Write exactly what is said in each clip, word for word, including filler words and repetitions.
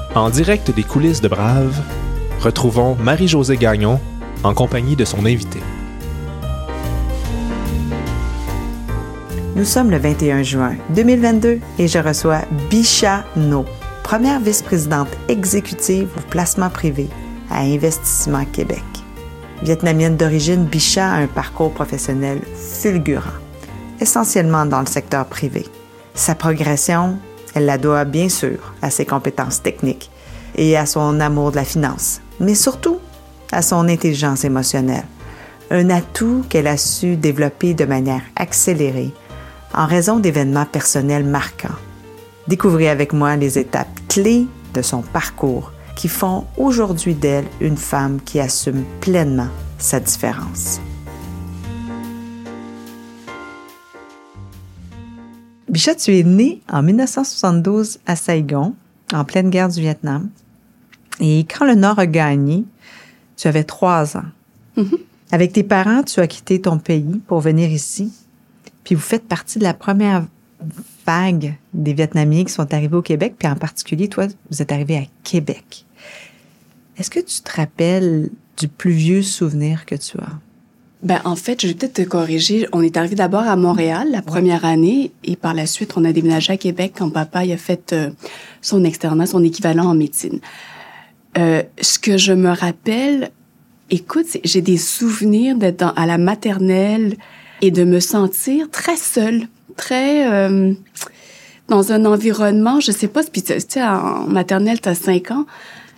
En direct des coulisses de Brave, retrouvons Marie-Josée Gagnon en compagnie de son invité. Nous sommes le vingt et un juin deux mille vingt-deux et je reçois Bisha No, première vice-présidente exécutive au placement privé à Investissement Québec. Vietnamienne d'origine, Bisha a un parcours professionnel fulgurant, essentiellement dans le secteur privé. Sa progression, elle la doit bien sûr à ses compétences techniques et à son amour de la finance, mais surtout à son intelligence émotionnelle, un atout qu'elle a su développer de manière accélérée en raison d'événements personnels marquants. Découvrez avec moi les étapes clés de son parcours qui font aujourd'hui d'elle une femme qui assume pleinement sa différence. Bisha, tu es née en dix-neuf cent soixante-douze à Saigon, en pleine guerre du Vietnam. Et quand le Nord a gagné, tu avais trois ans. Mm-hmm. Avec tes parents, tu as quitté ton pays pour venir ici. Puis vous faites partie de la première vague des Vietnamiens qui sont arrivés au Québec. Puis en particulier, toi, vous êtes arrivé à Québec. Est-ce que tu te rappelles du plus vieux souvenir que tu as? Ben, en fait, je vais peut-être te corriger. On est arrivé d'abord à Montréal la première année et par la suite, on a déménagé à Québec quand papa il a fait euh, son externat, son équivalent en médecine. Euh, ce que je me rappelle, écoute, j'ai des souvenirs d'être dans, à la maternelle et de me sentir très seule, très euh, dans un environnement, je sais pas, puis tu sais, en maternelle, t'as cinq ans.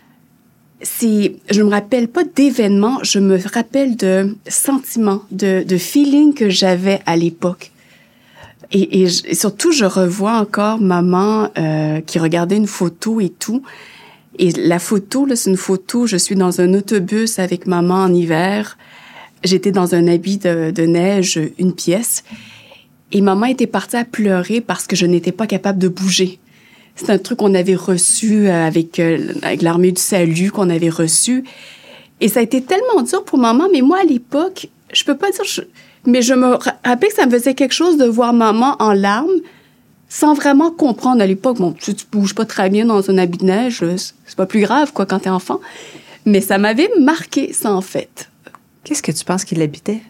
C'est, je me rappelle pas d'événements, je me rappelle de sentiments, de, de feelings que j'avais à l'époque. Et, et, et surtout, je revois encore maman euh, qui regardait une photo et tout. Et la photo, là, c'est une photo, je suis dans un autobus avec maman en hiver. J'étais dans un habit de, de neige, une pièce. Et maman était partie à pleurer parce que je n'étais pas capable de bouger. C'est un truc qu'on avait reçu avec, euh, avec l'Armée du Salut, qu'on avait reçu. Et ça a été tellement dur pour maman. Mais moi, à l'époque, je peux pas dire... Je, mais je me rappelle que ça me faisait quelque chose de voir maman en larmes sans vraiment comprendre à l'époque. Bon, tu, tu bouges pas très bien dans un habit de neige, c'est pas plus grave, quoi, quand t'es enfant. Mais ça m'avait marqué, ça, en fait. Qu'est-ce que tu penses qu'il habitait?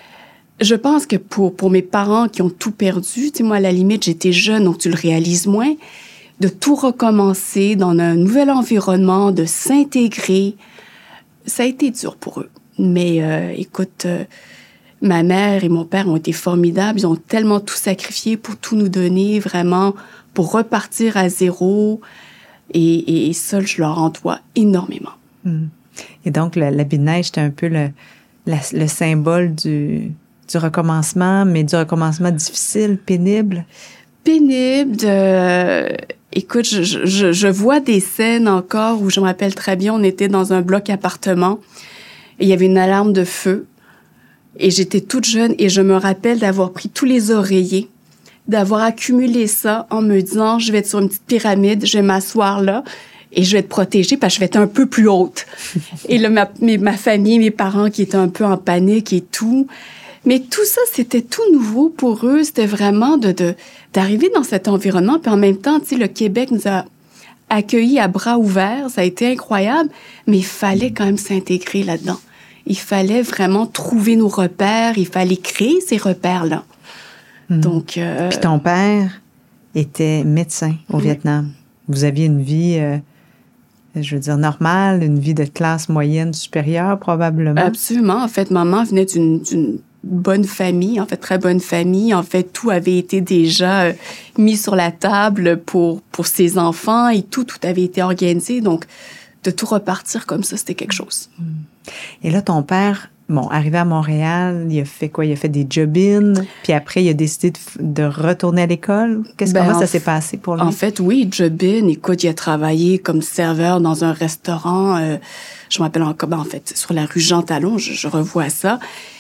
Je pense que pour, pour mes parents qui ont tout perdu, tu sais, moi, à la limite, j'étais jeune, donc tu le réalises moins, de tout recommencer dans un nouvel environnement, de s'intégrer. Ça a été dur pour eux. Mais euh, écoute, euh, ma mère et mon père ont été formidables. Ils ont tellement tout sacrifié pour tout nous donner, vraiment, pour repartir à zéro. Et, et, et ça, je leur en dois énormément. Mmh. Et donc, le, l'habit de neige, c'était un peu le, la, le symbole du, du recommencement, mais du recommencement difficile, pénible. Pénible, de... Écoute, je, je, je vois des scènes encore où je me rappelle très bien, on était dans un bloc appartement et il y avait une alarme de feu et j'étais toute jeune et je me rappelle d'avoir pris tous les oreillers, d'avoir accumulé ça en me disant, je vais être sur une petite pyramide, je vais m'asseoir là et je vais être protégée parce que je vais être un peu plus haute. Et là, ma, ma famille, mes parents qui étaient un peu en panique et tout. Mais tout ça, c'était tout nouveau pour eux. C'était vraiment de, de d'arriver dans cet environnement. Puis en même temps, tu sais, le Québec nous a accueillis à bras ouverts. Ça a été incroyable. Mais il fallait quand même s'intégrer là-dedans. Il fallait vraiment trouver nos repères. Il fallait créer ces repères-là. Mmh. Donc... Euh... Puis ton père était médecin au mmh. Vietnam. Vous aviez une vie... Euh... je veux dire, normale, une vie de classe moyenne supérieure, probablement. Absolument. En fait, maman venait d'une, d'une bonne famille, en fait, très bonne famille. En fait, tout avait été déjà euh, mis sur la table pour, pour ses enfants et tout, tout avait été organisé. Donc, de tout repartir comme ça, c'était quelque chose. Et là, ton père, bon, arrivé à Montréal, il a fait quoi? Il a fait des job-in, puis après, il a décidé de, de retourner à l'école. Qu'est-ce, ben, comment ça s'est passé pour lui? En fait, oui, job-in. Écoute, il a travaillé comme serveur dans un restaurant, euh, je me rappelle encore, ben, en fait, sur la rue Jean-Talon, je, je revois ça.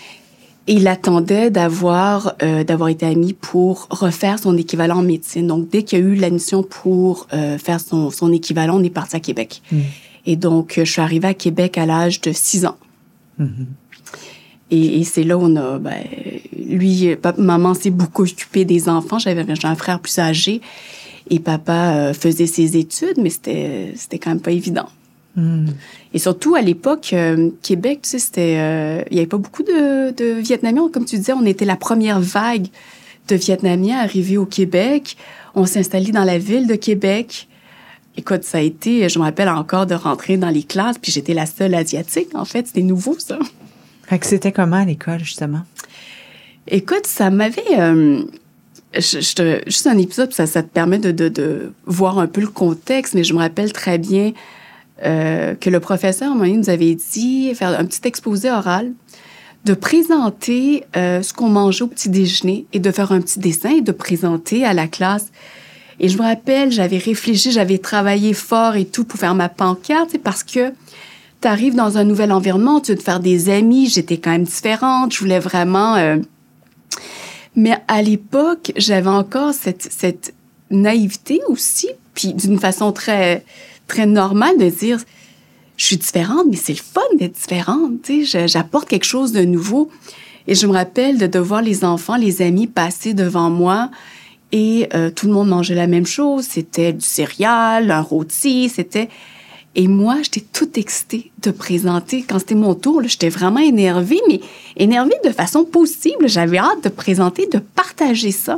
Et il attendait d'avoir, euh, d'avoir été admis pour refaire son équivalent en médecine. Donc, dès qu'il y a eu l'admission pour euh, faire son, son équivalent, on est parti à Québec. Mmh. Et donc, je suis arrivée à Québec à l'âge de six ans. Mmh. Et, et c'est là où on a, ben, lui, papa, maman s'est beaucoup occupée des enfants. J'avais, j'ai un frère plus âgé. Et papa euh, faisait ses études, mais c'était, c'était quand même pas évident. Mm. Et surtout, à l'époque, euh, Québec, tu sais, c'était... Euh, il y avait pas beaucoup de, de Vietnamiens. Comme tu disais, on était la première vague de Vietnamiens arrivés au Québec. On s'est installé dans la ville de Québec. Écoute, ça a été... Je me rappelle encore de rentrer dans les classes, puis j'étais la seule Asiatique, en fait. C'était nouveau, ça. Fait que c'était comment à l'école, justement? Écoute, ça m'avait... Euh, je, je te, juste un épisode, ça, ça te permet de, de, de voir un peu le contexte, mais je me rappelle très bien euh, que le professeur, à un moment donné, nous avait dit, faire un petit exposé oral, de présenter euh, ce qu'on mangeait au petit déjeuner et de faire un petit dessin et de présenter à la classe. Et je me rappelle, j'avais réfléchi, j'avais travaillé fort et tout pour faire ma pancarte, parce que tu arrives dans un nouvel environnement, tu veux te faire des amis, j'étais quand même différente, je voulais vraiment... Euh, Mais à l'époque, j'avais encore cette, cette naïveté aussi, puis d'une façon très, très normale de dire, je suis différente, mais c'est le fun d'être différente, tu sais, j'apporte quelque chose de nouveau. Et je me rappelle de, de voir les enfants, les amis passer devant moi et euh, tout le monde mangeait la même chose. C'était du céréal, un rôti, c'était... Et moi, j'étais toute excitée de présenter. Quand c'était mon tour, là, j'étais vraiment énervée, mais énervée de façon positive. J'avais hâte de présenter, de partager ça.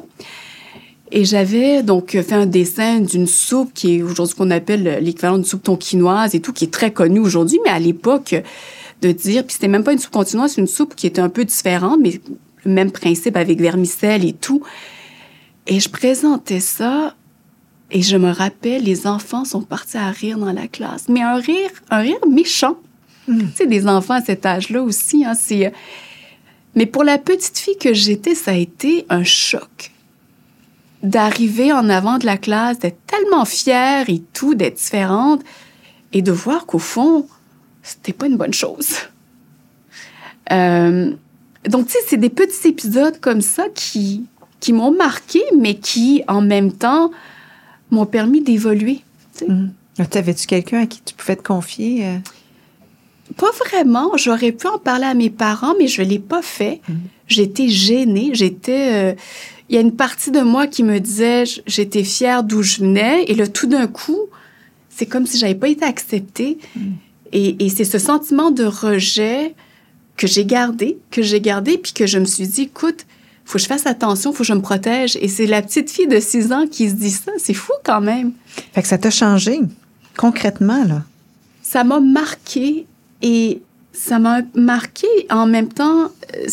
Et j'avais donc fait un dessin d'une soupe qui est aujourd'hui qu'on appelle l'équivalent d'une soupe tonkinoise et tout, qui est très connue aujourd'hui, mais à l'époque, de dire... Puis c'était même pas une soupe tonkinoise, c'est une soupe qui était un peu différente, mais le même principe avec vermicelle et tout. Et je présentais ça... Et je me rappelle, les enfants sont partis à rire dans la classe. Mais un rire, un rire méchant. Mm. Tu sais, des enfants à cet âge-là aussi. Hein, c'est... Mais pour la petite fille que j'étais, ça a été un choc. D'arriver en avant de la classe, d'être tellement fière et tout, d'être différente, et de voir qu'au fond, c'était pas une bonne chose. Euh... Donc, tu sais, c'est des petits épisodes comme ça qui, qui m'ont marqué, mais qui, en même temps... m'ont permis d'évoluer. Tu sais. Mmh. T'avais-tu quelqu'un à qui tu pouvais te confier? Euh? Pas vraiment. J'aurais pu en parler à mes parents, mais je ne l'ai pas fait. Mmh. J'étais gênée. J'étais... Euh... Il y a une partie de moi qui me disait... J'étais fière d'où je venais. Et là, tout d'un coup, c'est comme si je n'avais pas été acceptée. Mmh. Et, et c'est ce sentiment de rejet que j'ai gardé, que j'ai gardé, puis que je me suis dit, écoute... faut que je fasse attention, faut que je me protège. Et c'est la petite fille de six ans qui se dit ça. C'est fou quand même. Fait que ça t'a changé, concrètement, là? Ça m'a marqué et ça m'a marqué en même temps.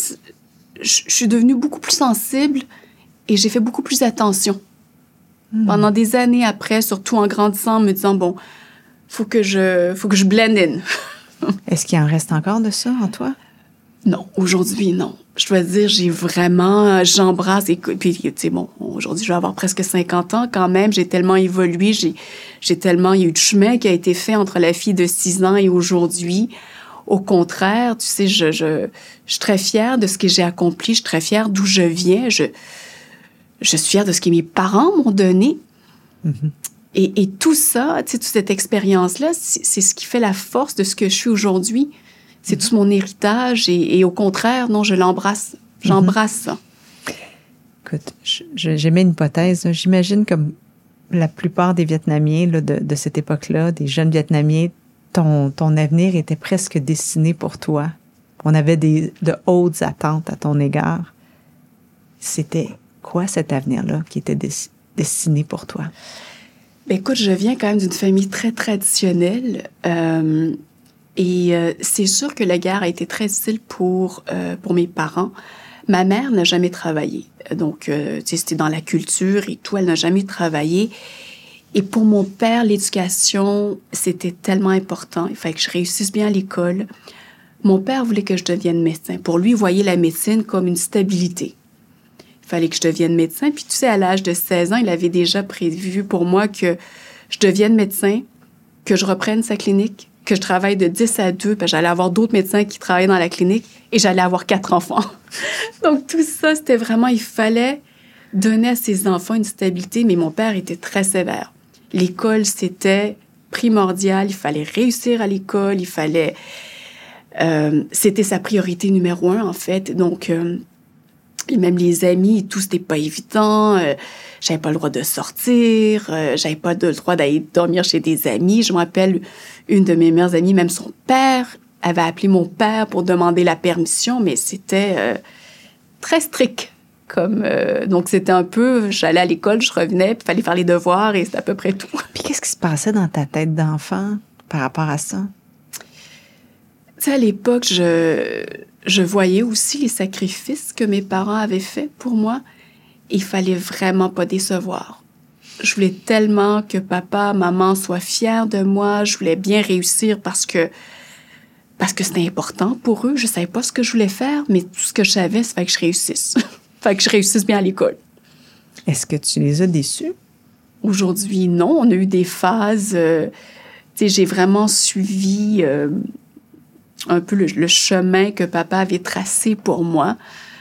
Je suis devenue beaucoup plus sensible et j'ai fait beaucoup plus attention. Mmh. Pendant des années après, surtout en grandissant, en me disant, bon, faut que je, faut que je blend in. Est-ce qu'il en reste encore de ça en toi? Non, aujourd'hui, non. Je dois dire, j'ai vraiment... J'embrasse... Et puis, tu sais, bon, aujourd'hui, je vais avoir presque cinquante ans quand même. J'ai tellement évolué. J'ai, j'ai tellement... Il y a eu du chemin qui a été fait entre la fille de six ans et aujourd'hui. Au contraire, tu sais, je, je, je suis très fière de ce que j'ai accompli. Je suis très fière d'où je viens. Je, je suis fière de ce que mes parents m'ont donné. Mm-hmm. Et, et tout ça, tu sais, toute cette expérience-là, c'est, c'est ce qui fait la force de ce que je suis aujourd'hui. C'est tout mon héritage et, et au contraire, non, je l'embrasse. J'embrasse ça. Écoute, je, je, j'ai mis une hypothèse. Là. J'imagine comme la plupart des Vietnamiens là, de, de cette époque-là, des jeunes Vietnamiens, ton, ton avenir était presque destiné pour toi. On avait des, de hautes attentes à ton égard. C'était quoi cet avenir-là qui était des, destiné pour toi? Bien, écoute, je viens quand même d'une famille très traditionnelle. Euh, Et euh, c'est sûr que la guerre a été très difficile pour, euh, pour mes parents. Ma mère n'a jamais travaillé. Donc, euh, tu sais, c'était dans la culture et tout. Elle n'a jamais travaillé. Et pour mon père, l'éducation, c'était tellement important. Il fallait que je réussisse bien à l'école. Mon père voulait que je devienne médecin. Pour lui, il voyait la médecine comme une stabilité. Il fallait que je devienne médecin. Puis, tu sais, à l'âge de seize ans, il avait déjà prévu pour moi que je devienne médecin, que je reprenne sa clinique, que je travaille de dix à deux, puis j'allais avoir d'autres médecins qui travaillaient dans la clinique et j'allais avoir quatre enfants. Donc, tout ça, c'était vraiment... Il fallait donner à ses enfants une stabilité, mais mon père était très sévère. L'école, c'était primordial. Il fallait réussir à l'école. Il fallait... Euh, c'était sa priorité numéro un, en fait. Donc, euh, Et même les amis et tout, c'était pas évident. Euh, j'avais pas le droit de sortir. Euh, j'avais pas le droit d'aller dormir chez des amis. Je me rappelle, une de mes meilleures amies, même son père, avait appelé mon père pour demander la permission, mais c'était euh, très strict. Comme, euh, donc, c'était un peu... J'allais à l'école, je revenais, puis il fallait faire les devoirs, et c'était à peu près tout. Puis qu'est-ce qui se passait dans ta tête d'enfant par rapport à ça? Tu sais, à l'époque, je, je voyais aussi les sacrifices que mes parents avaient faits pour moi. Il fallait vraiment pas décevoir. Je voulais tellement que papa, maman soient fiers de moi. Je voulais bien réussir parce que parce que c'était important pour eux. Je savais pas ce que je voulais faire, mais tout ce que je savais, c'est que je réussisse. Fait que je réussisse bien à l'école. Est-ce que tu les as déçus? Aujourd'hui, non. On a eu des phases... Euh, tu sais, j'ai vraiment suivi... Euh, un peu le, le chemin que papa avait tracé pour moi.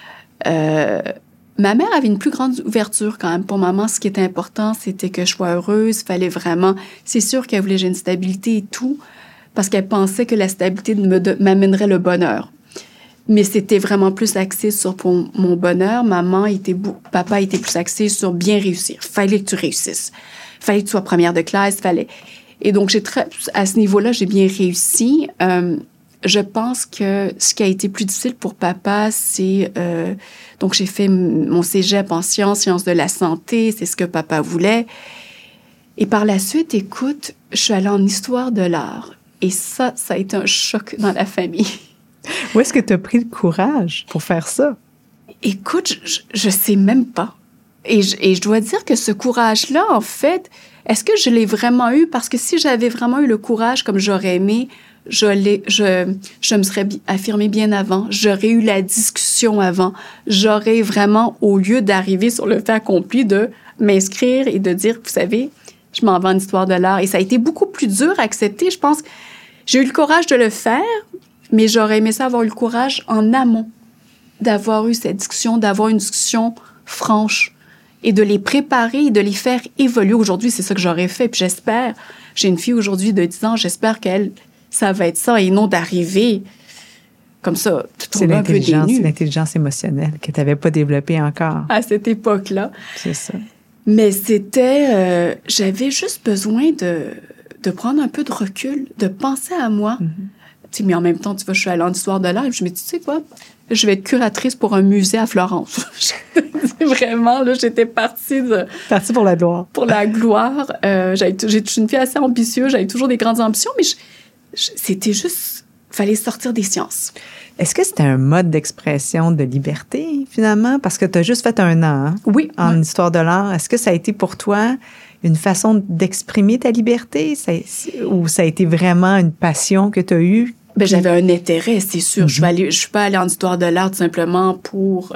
Euh, ma mère avait une plus grande ouverture quand même. Pour maman, ce qui était important, c'était que je sois heureuse. Il fallait vraiment... C'est sûr qu'elle voulait que j'ai une stabilité et tout, parce qu'elle pensait que la stabilité me de, m'amènerait le bonheur. Mais c'était vraiment plus axé sur pour mon bonheur. Maman était... Papa était plus axé sur bien réussir. Fallait que tu réussisses. Fallait que tu sois première de classe. Fallait... Et donc, j'ai très, à ce niveau-là, j'ai bien réussi. Euh, Je pense que ce qui a été plus difficile pour papa, c'est... Euh, donc, j'ai fait mon cégep en sciences, sciences de la santé, c'est ce que papa voulait. Et par la suite, écoute, je suis allée en histoire de l'art. Et ça, ça a été un choc dans la famille. Où est-ce que tu as pris le courage pour faire ça? Écoute, je, je sais même pas. Et je, et je dois dire que ce courage-là, en fait, est-ce que je l'ai vraiment eu? Parce que si j'avais vraiment eu le courage comme j'aurais aimé... Je, l'ai, je, je me serais affirmée bien avant. J'aurais eu la discussion avant. J'aurais vraiment, au lieu d'arriver sur le fait accompli, de m'inscrire et de dire, vous savez, je m'en vais en histoire de l'art. Et ça a été beaucoup plus dur à accepter. Je pense que j'ai eu le courage de le faire, mais j'aurais aimé ça avoir eu le courage en amont d'avoir eu cette discussion, d'avoir une discussion franche et de les préparer et de les faire évoluer. Aujourd'hui, c'est ça que j'aurais fait. Puis j'espère, j'ai une fille aujourd'hui de dix ans, j'espère qu'elle... ça va être ça, et non d'arriver comme ça, tout c'est un peu dénu. C'est l'intelligence émotionnelle que tu n'avais pas développée encore. À cette époque-là. C'est ça. Mais c'était... Euh, j'avais juste besoin de, de prendre un peu de recul, de penser à moi. Mm-hmm. Tu sais, mais en même temps, tu vois, je suis allée en histoire de l'art, et je me dis, tu sais quoi, je vais être curatrice pour un musée à Florence. Vraiment, là, j'étais partie de... Partie pour la gloire. Pour la gloire. Euh, j'avais, j'ai, je suis une fille assez ambitieuse, j'avais toujours des grandes ambitions, mais... Je, C'était juste, il fallait sortir des sciences. Est-ce que c'était un mode d'expression de liberté, finalement? Parce que tu as juste fait un an hein, oui, en oui. histoire de l'art. Est-ce que ça a été pour toi une façon d'exprimer ta liberté? Ça, ou ça a été vraiment une passion que tu as eue? Ben, j'avais un intérêt, c'est sûr. Mm-hmm. Je ne suis pas allée en histoire de l'art tout simplement pour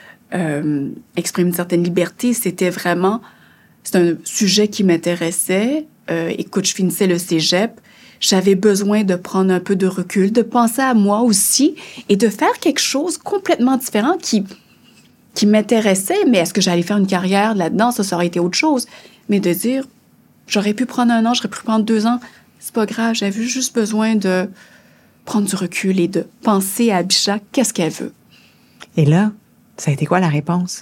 euh, exprimer une certaine liberté. C'était vraiment... C'est un sujet qui m'intéressait. Euh, écoute, je finissais le cégep. J'avais besoin de prendre un peu de recul, de penser à moi aussi et de faire quelque chose complètement différent qui, qui m'intéressait. Mais est-ce que j'allais faire une carrière là-dedans? Ça, ça aurait été autre chose. Mais de dire, j'aurais pu prendre un an, j'aurais pu prendre deux ans. C'est pas grave. J'avais juste besoin de prendre du recul et de penser à Bisha, qu'est-ce qu'elle veut. Et là, ça a été quoi la réponse?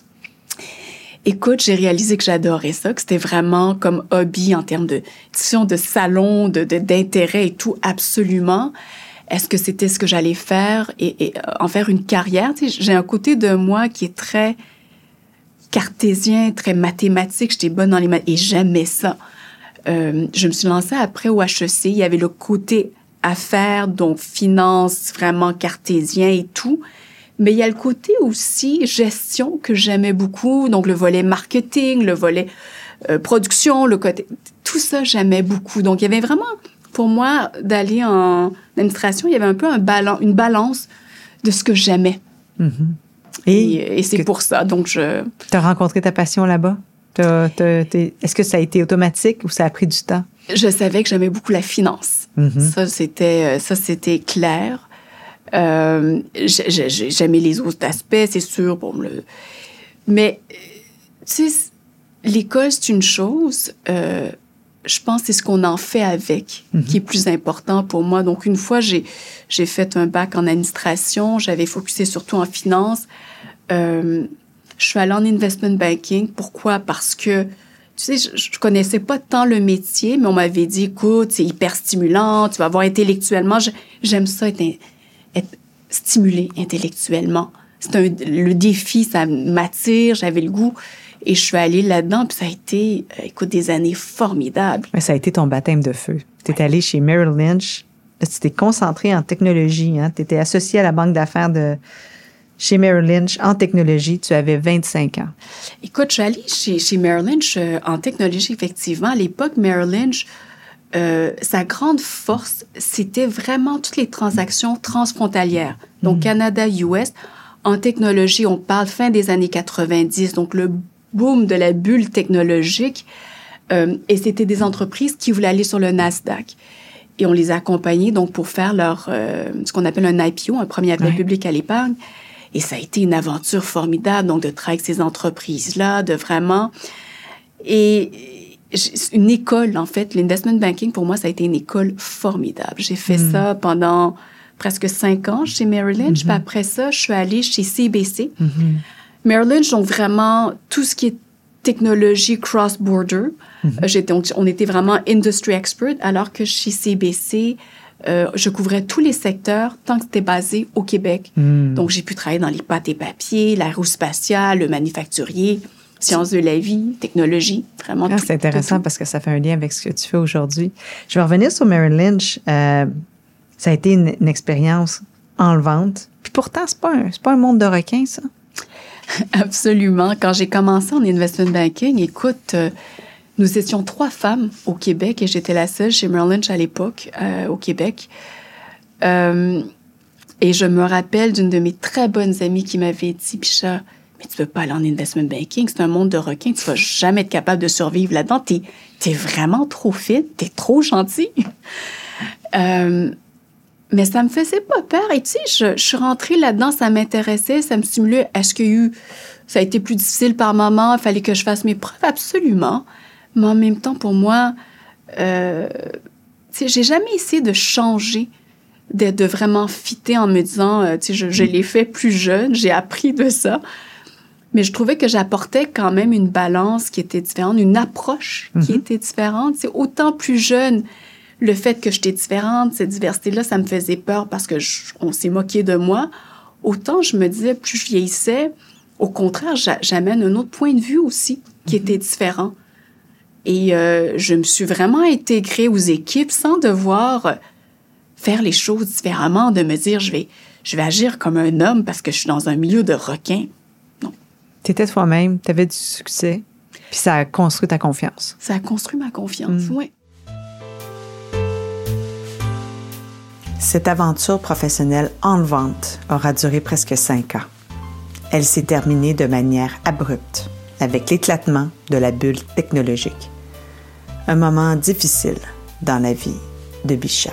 Écoute, j'ai réalisé que j'adorais ça, que c'était vraiment comme hobby en termes de discussion de salon, de, de, d'intérêt et tout, absolument. Est-ce que c'était ce que j'allais faire et, et euh, en faire une carrière? Tu sais, j'ai un côté de moi qui est très cartésien, très mathématique. J'étais bonne dans les maths et j'aimais ça. Euh, je me suis lancée après au H E C. Il y avait le côté affaires, donc finance, vraiment cartésien et tout. Mais il y a le côté aussi gestion que j'aimais beaucoup, donc le volet marketing, le volet euh, production, le côté... Tout ça, j'aimais beaucoup. Donc, il y avait vraiment, pour moi, d'aller en administration, il y avait un peu un balan- une balance de ce que j'aimais. Mm-hmm. Et, et, et c'est pour ça, donc je... Tu as rencontré ta passion là-bas? T'as, t'as, est-ce que ça a été automatique ou ça a pris du temps? Je savais que j'aimais beaucoup la finance. Mm-hmm. Ça, c'était, ça, c'était clair. Euh, j'aimais les autres aspects, c'est sûr. Bon, le... Mais, tu sais, l'école, c'est une chose. Euh, je pense que c'est ce qu'on en fait avec mm-hmm. qui est plus important pour moi. Donc, une fois, j'ai, j'ai fait un bac en administration. J'avais focusé surtout en finance. Euh, je suis allée en investment banking. Pourquoi? Parce que, tu sais, je, je connaissais pas tant le métier, mais on m'avait dit, écoute, c'est hyper stimulant, tu vas voir intellectuellement. Je, j'aime ça être, être stimulé intellectuellement. C'est un, le défi, ça m'attire, j'avais le goût. Et je suis allée là-dedans, puis ça a été, euh, écoute, des années formidables. Mais ça a été ton baptême de feu. Tu es allée chez Merrill Lynch. Là, tu t'es concentrée en technologie. Hein? Tu étais associée à la banque d'affaires de chez Merrill Lynch en technologie. Tu avais vingt-cinq ans. Écoute, je suis allée chez, chez Merrill Lynch euh, en technologie, effectivement. À l'époque, Merrill Lynch, euh, sa grande force, c'était vraiment toutes les transactions transfrontalières. Donc, mmh. Canada, U S. En technologie, on parle fin des années quatre-vingt-dix. Donc, le boom de la bulle technologique. Euh, et c'était des entreprises qui voulaient aller sur le Nasdaq. Et on les a accompagnés donc pour faire leur euh, ce qu'on appelle un I P O, un premier appel ouais. public à l'épargne. Et ça a été une aventure formidable, donc de travailler avec ces entreprises-là, de vraiment... Et une école, en fait. L'investment banking, pour moi, ça a été une école formidable. J'ai fait mmh. ça pendant presque cinq ans chez Merrill Lynch. Mmh. Puis après ça, je suis allée chez C B C. Mmh. Merrill Lynch, donc vraiment tout ce qui est technologie cross-border. Mm-hmm. Euh, j'étais, on, on était vraiment industry expert, alors que chez C B C, euh, je couvrais tous les secteurs tant que c'était basé au Québec. Mm. Donc, j'ai pu travailler dans les pâtes et papiers, l'aérospatiale, le manufacturier, sciences de la vie, technologie, vraiment ah, tout. C'est intéressant tout, tout. Parce que ça fait un lien avec ce que tu fais aujourd'hui. Je vais revenir sur Merrill Lynch. Euh, ça a été une, une expérience enlevante. Puis pourtant, c'est pas un, c'est pas un monde de requins, ça. Absolument. Quand j'ai commencé en investment banking, écoute, euh, nous étions trois femmes au Québec et j'étais la seule chez Merrill Lynch à l'époque euh, au Québec. Euh, et je me rappelle d'une de mes très bonnes amies qui m'avait dit, Bicha, mais tu peux pas aller en investment banking, c'est un monde de requins, tu vas jamais être capable de survivre là-dedans. T'es, t'es vraiment trop fine, t'es trop gentille. euh, Mais ça me faisait pas peur. Et tu sais, je, je suis rentrée là-dedans, ça m'intéressait, ça me stimulait. Est-ce qu'il y a eu... Ça a été plus difficile par moment, il fallait que je fasse mes preuves? Absolument. Mais en même temps, pour moi, euh, tu sais, j'ai jamais essayé de changer, de, de vraiment fitter en me disant, euh, tu sais, je, je l'ai fait plus jeune, j'ai appris de ça. Mais je trouvais que j'apportais quand même une balance qui était différente, une approche qui mm-hmm. était différente. C'est autant plus jeune... Le fait que j'étais différente, cette diversité-là, ça me faisait peur parce que je, on s'est moqué de moi. Autant je me disais, plus je vieillissais, au contraire, j'a, j'amène un autre point de vue aussi qui mm-hmm. était différent. Et euh, je me suis vraiment intégrée aux équipes sans devoir faire les choses différemment, de me dire, je vais, je vais agir comme un homme parce que je suis dans un milieu de requins. Non. Tu étais toi-même, tu avais du succès, puis ça a construit ta confiance. Ça a construit ma confiance, mm. oui. Cette aventure professionnelle enlevante aura duré presque cinq ans. Elle s'est terminée de manière abrupte, avec l'éclatement de la bulle technologique. Un moment difficile dans la vie de Bicha.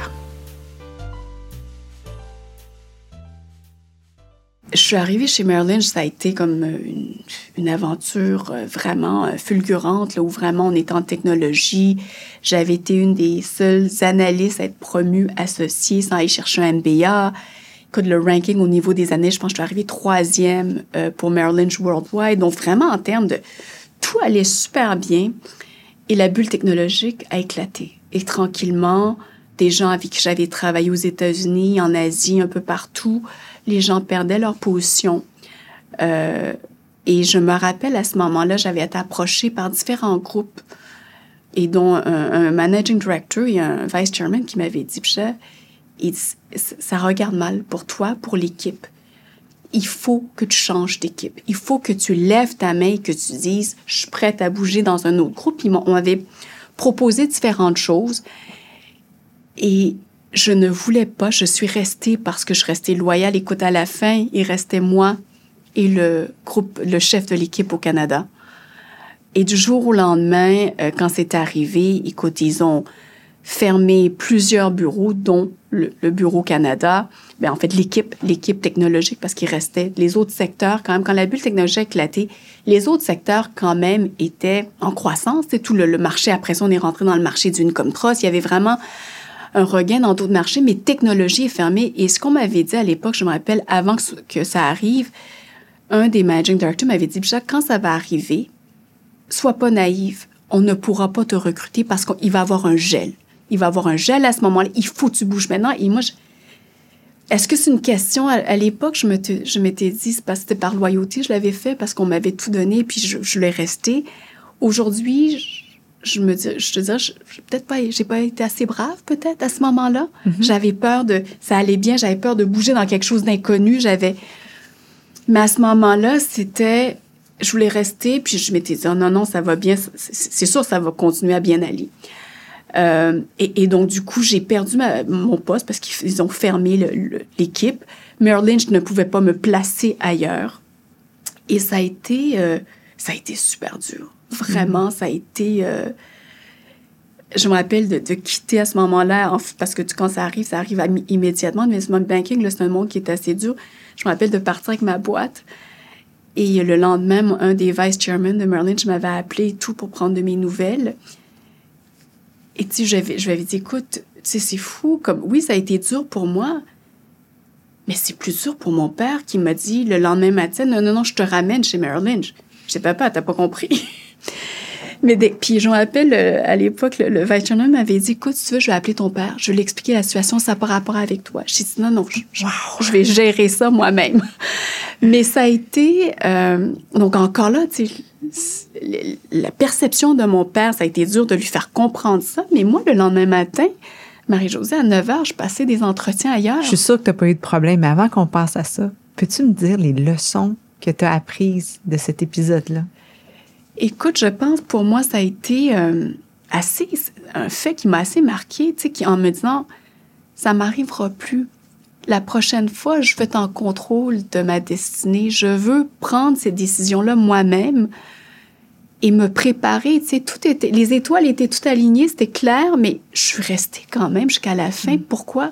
Je suis arrivée chez Merrill Lynch, ça a été comme une, une aventure vraiment fulgurante, là, où vraiment on était en technologie. J'avais été une des seules analystes à être promue associée sans aller chercher un M B A. Écoute, le ranking au niveau des années, je pense que je suis arrivée troisième euh, pour Merrill Lynch Worldwide. Donc vraiment, en termes de... Tout allait super bien. Et la bulle technologique a éclaté. Et tranquillement, des gens avec qui j'avais travaillé aux États-Unis, en Asie, un peu partout, les gens perdaient leur position. Euh, et je me rappelle, à ce moment-là, j'avais été approchée par différents groupes, et dont un, un managing director et un vice chairman qui m'avaient dit, Bicha, ça regarde mal pour toi, pour l'équipe. Il faut que tu changes d'équipe. Il faut que tu lèves ta main et que tu dises, je suis prête à bouger dans un autre groupe. Ils m'ont, on m'avait proposé différentes choses. Et je ne voulais pas, je suis restée parce que je restais loyale. Écoute, à la fin, il restait moi et le groupe, le chef de l'équipe au Canada. Et du jour au lendemain, euh, quand c'est arrivé, écoute, ils ont fermé plusieurs bureaux, dont le, le bureau Canada. Ben, en fait, l'équipe, l'équipe technologique, parce qu'il restait les autres secteurs, quand même, quand la bulle technologique a éclaté, les autres secteurs, quand même, étaient en croissance. C'est tout le, le marché. Après ça, on est rentré dans le marché d'une comme Trust. Il y avait vraiment un regain dans d'autres marchés, mais technologie est fermée. Et ce qu'on m'avait dit à l'époque, je me rappelle, avant que, que ça arrive, un des managing directors m'avait dit, Jacques, quand ça va arriver, sois pas naïve, on ne pourra pas te recruter parce qu'il va y avoir un gel. Il va y avoir un gel à ce moment-là, il faut que tu bouges maintenant. Et moi, je... est-ce que c'est une question? À, à l'époque, je, me te, je m'étais dit, c'est parce que c'était par loyauté, je l'avais fait parce qu'on m'avait tout donné, puis je, je l'ai resté. Aujourd'hui, je, je me dis, je te dirais, je, je, peut-être pas, j'ai pas été assez brave, peut-être, à ce moment-là. Mm-hmm. J'avais peur de, ça allait bien, j'avais peur de bouger dans quelque chose d'inconnu, j'avais... Mais à ce moment-là, c'était, je voulais rester, puis je m'étais dit, oh, non, non, ça va bien, c'est, c'est sûr, ça va continuer à bien aller. Euh, et, et donc, du coup, j'ai perdu ma, mon poste parce qu'ils ont fermé le, le, l'équipe. Merrill Lynch ne pouvait pas me placer ailleurs. Et ça a été, euh, ça a été super dur. Vraiment, mm-hmm. ça a été... Euh, je me rappelle de, de quitter à ce moment-là, en, parce que quand ça arrive, ça arrive à, immédiatement. L'investment banking, là, c'est un monde qui est assez dur. Je me rappelle de partir avec ma boîte. Et le lendemain, un des vice-chairmen de Merrill Lynch m'avait appelé et tout pour prendre de mes nouvelles. Et tu sais, je lui avais dit, écoute, tu sais, c'est fou. Comme, oui, ça a été dur pour moi, mais c'est plus dur pour mon père qui m'a dit le lendemain matin, non, non, non, je te ramène chez Merrill Lynch. Je dis, papa, t'as pas compris. Mais des, puis je me rappelle, à l'époque, le, le vice-chairman m'avait dit, écoute, si tu veux, je vais appeler ton père. Je vais lui expliquer la situation, ça n'a pas rapport avec toi. Je dit, non, non, je, je, wow. je vais gérer ça moi-même. Mais ça a été... Euh, donc encore là, tu sais, la perception de mon père, ça a été dur de lui faire comprendre ça. Mais moi, le lendemain matin, Marie-Josée, à neuf heures, je passais des entretiens ailleurs. Je suis sûre que tu n'as pas eu de problème. Mais avant qu'on passe à ça, peux-tu me dire les leçons que tu as apprises de cet épisode-là? Écoute, je pense, pour moi, ça a été euh, assez... un fait qui m'a assez marqué, tu sais, qui, en me disant, ça m'arrivera plus. La prochaine fois, je veux être en contrôle de ma destinée. Je veux prendre ces décisions-là moi-même et me préparer. Tu sais, tout était, les étoiles étaient toutes alignées, c'était clair, mais je suis restée quand même jusqu'à la fin. Mm. Pourquoi?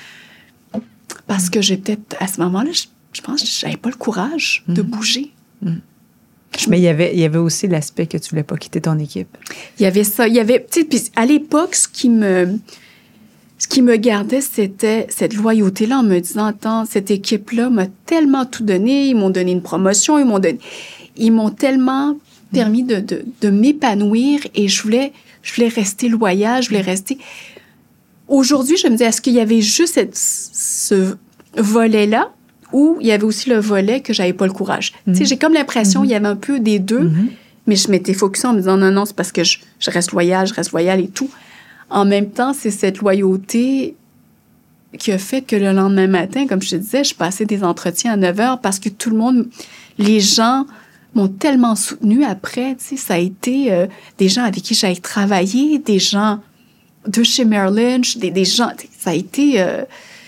Parce que j'ai peut-être, à ce moment-là, je, je pense que j'avais pas le courage mm. de bouger. Mm. Mais il y avait, il y avait aussi l'aspect que tu voulais pas quitter ton équipe. Il y avait ça. Il y avait, tu sais, puis à l'époque, ce qui me... Ce qui me gardait, c'était cette loyauté-là en me disant, attends, cette équipe-là m'a tellement tout donné, ils m'ont donné une promotion, ils m'ont donné, ils m'ont tellement permis de, de, de m'épanouir et je voulais, je voulais rester loyale, je voulais rester... Aujourd'hui, je me dis, est-ce qu'il y avait juste cette, ce volet-là ou il y avait aussi le volet que j'avais pas le courage? Mm-hmm. Tu sais, j'ai comme l'impression qu'il mm-hmm. y avait un peu des deux, mm-hmm. mais je m'étais focusée en me disant, non, non, c'est parce que je, je reste loyale, je reste loyale et tout. En même temps, c'est cette loyauté qui a fait que le lendemain matin, comme je te disais, je passais des entretiens à neuf heures parce que tout le monde, les gens m'ont tellement soutenue après. Tu sais, ça a été euh, des gens avec qui j'avais travaillé, des gens de chez Merrill Lynch, des, des gens... Ça a été euh,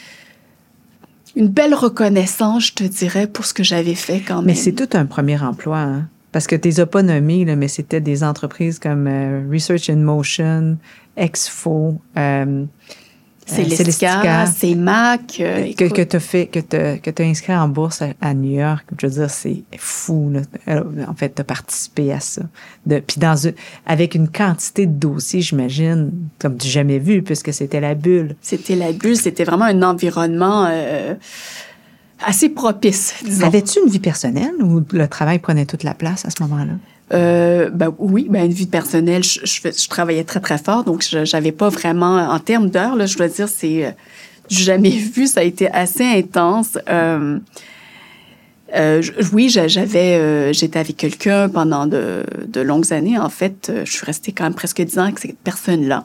une belle reconnaissance, je te dirais, pour ce que j'avais fait quand même. Mais c'est tout un premier emploi, hein? Parce que tu les as pas nommés, là, mais c'était des entreprises comme euh, Research in Motion, Exfo, euh, Celestica, C M A C. Euh, que que tu as fait, que tu que tu as inscrit en bourse à, à New York. Je veux dire, c'est fou, là. En fait, tu as participé à ça. De, puis dans une, avec une quantité de dossiers, j'imagine, comme du jamais vu, puisque c'était la bulle. C'était la bulle, c'était vraiment un environnement... Euh, assez propice, disons. Avais-tu une vie personnelle ou le travail prenait toute la place à ce moment-là? Euh, ben oui, ben une vie personnelle, je, je, je travaillais très, très fort, donc je, j'avais pas vraiment, en termes d'heures, là, je dois dire, c'est euh, du jamais vu, ça a été assez intense. Euh, euh, oui, j'avais, euh, j'étais avec quelqu'un pendant de, de longues années, en fait, je suis restée quand même presque dix ans avec cette personne-là.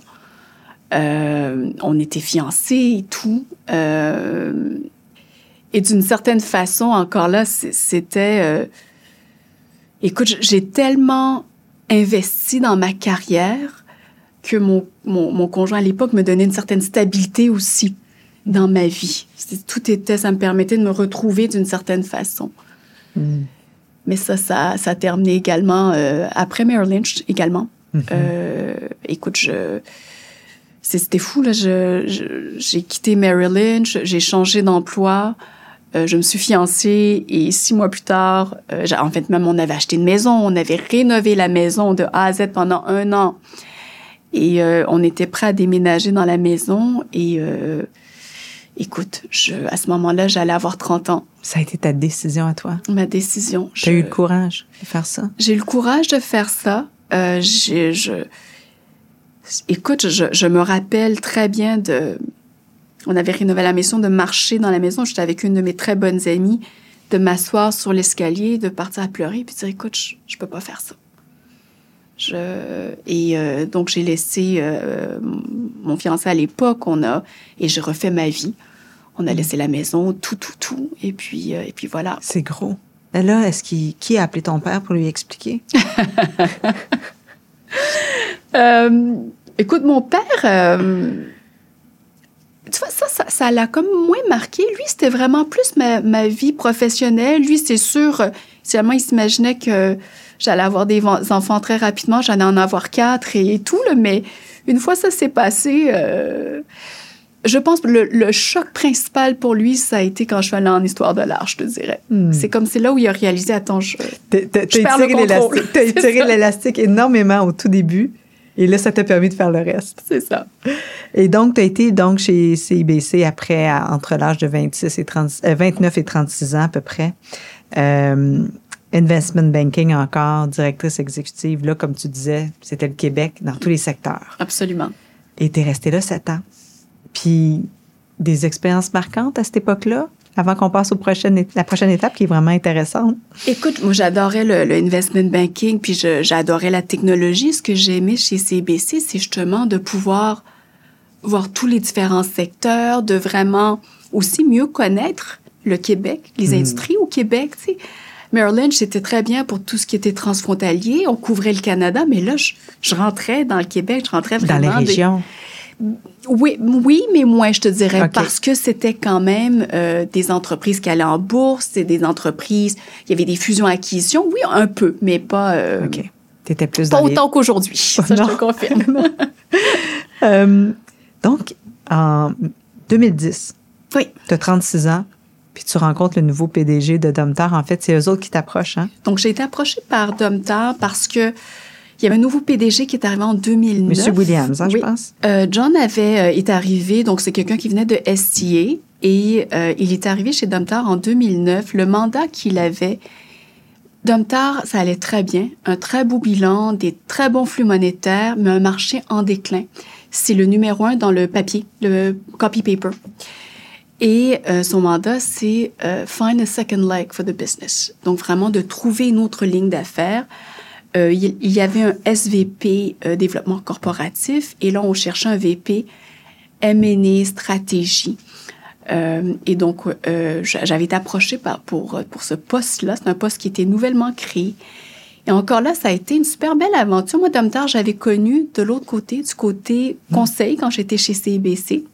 Euh, on était fiancés et tout. Euh, Et d'une certaine façon, encore là, c'était... Euh, écoute, j'ai tellement investi dans ma carrière que mon, mon, mon conjoint à l'époque me donnait une certaine stabilité aussi dans ma vie. Tout était... Ça me permettait de me retrouver d'une certaine façon. Mm. Mais ça, ça, ça a terminé également euh, après Merrill Lynch, également. Mm-hmm. Euh, écoute, je... C'était fou, là. Je, je, j'ai quitté Merrill Lynch, j'ai changé d'emploi... Euh, je me suis fiancée et six mois plus tard, euh, en fait, même on avait acheté une maison, on avait rénové la maison de A à Z pendant un an. Et euh, on était prêts à déménager dans la maison. Et, euh, écoute, je, à ce moment-là, j'allais avoir trente ans. Ça a été ta décision à toi? Ma décision. Tu as eu le courage de faire ça? J'ai eu le courage de faire ça. Euh, j'ai, je, écoute, je, je me rappelle très bien de... On avait rénové la maison, de marcher dans la maison. J'étais avec une de mes très bonnes amies, de m'asseoir sur l'escalier, de partir à pleurer, puis de dire, écoute, je, je peux pas faire ça. Je, et euh, donc, j'ai laissé euh, mon fiancé à l'époque, on a, et j'ai refait ma vie. On a laissé la maison, tout, tout, tout, et puis, euh, et puis voilà. C'est gros. Et là, est-ce qu'il, qui a appelé ton père pour lui expliquer? euh, écoute, mon père, euh, tu vois, ça, ça, ça l'a comme moins marqué. Lui, c'était vraiment plus ma, ma vie professionnelle. Lui, c'est sûr, seulement il s'imaginait que j'allais avoir des enfants très rapidement, j'allais en avoir quatre et, et tout, là, mais une fois ça s'est passé, euh, je pense que le, le choc principal pour lui, ça a été quand je suis allée en histoire de l'art, je te dirais. Mm. C'est comme c'est là où il a réalisé, attends, je, t'as, t'as, je perds le contrôle. Tu as étiré l'élastique énormément au tout début, et là, ça t'a permis de faire le reste. C'est ça. Et donc, tu as été donc, chez C I B C après, à, entre l'âge de vingt-six et trente, euh, vingt-neuf et trente-six ans à peu près. Euh, Investment banking encore, directrice exécutive. Là, comme tu disais, c'était le Québec dans tous les secteurs. Absolument. Et tu es restée là sept ans. Puis, des expériences marquantes à cette époque-là, avant qu'on passe au prochaine, la prochaine étape qui est vraiment intéressante. Écoute, moi, j'adorais le, le investment banking, puis je, j'adorais la technologie. Ce que j'ai aimé chez C I B C, c'est justement de pouvoir voir tous les différents secteurs, de vraiment aussi mieux connaître le Québec, les mmh. industries au Québec, tu sais. Merrill Lynch, c'était très bien pour tout ce qui était transfrontalier. On couvrait le Canada, mais là, je, je rentrais dans le Québec, je rentrais vraiment... Dans les régions. Des... Oui, oui, mais moins, je te dirais, okay. Parce que c'était quand même euh, des entreprises qui allaient en bourse, c'était des entreprises... Il y avait des fusions-acquisitions, oui, un peu, mais pas... Euh, OK. T'étais plus pas dans autant les... qu'aujourd'hui, ça, je te confirme. euh, donc, en deux mille dix, oui. Tu as trente-six ans, puis tu rencontres le nouveau P D G de Domtar. En fait, c'est eux autres qui t'approchent, hein? Donc, j'ai été approchée par Domtar parce que il y avait un nouveau P D G qui est arrivé en deux mille neuf. Monsieur Williams, hein, oui. je pense. Euh, John avait euh, est arrivé, donc c'est quelqu'un qui venait de S T A et euh, il est arrivé chez Domtar en deux mille neuf. Le mandat qu'il avait, Domtar, ça allait très bien, un très beau bilan, des très bons flux monétaires, mais un marché en déclin. C'est le numéro un dans le papier, le copy paper. Et euh, son mandat, c'est euh, « Find a second leg for the business ». Donc, vraiment, de trouver une autre ligne d'affaires. Euh, il, il y avait un S V P euh, développement corporatif et là, on cherchait un V P M and A stratégie. Euh, et donc, euh, j'avais été approchée par, pour, pour ce poste-là. C'est un poste qui était nouvellement créé. Et encore là, ça a été une super belle aventure. Moi, Domtar, j'avais connu de l'autre côté, du côté conseil, quand j'étais chez C I B C.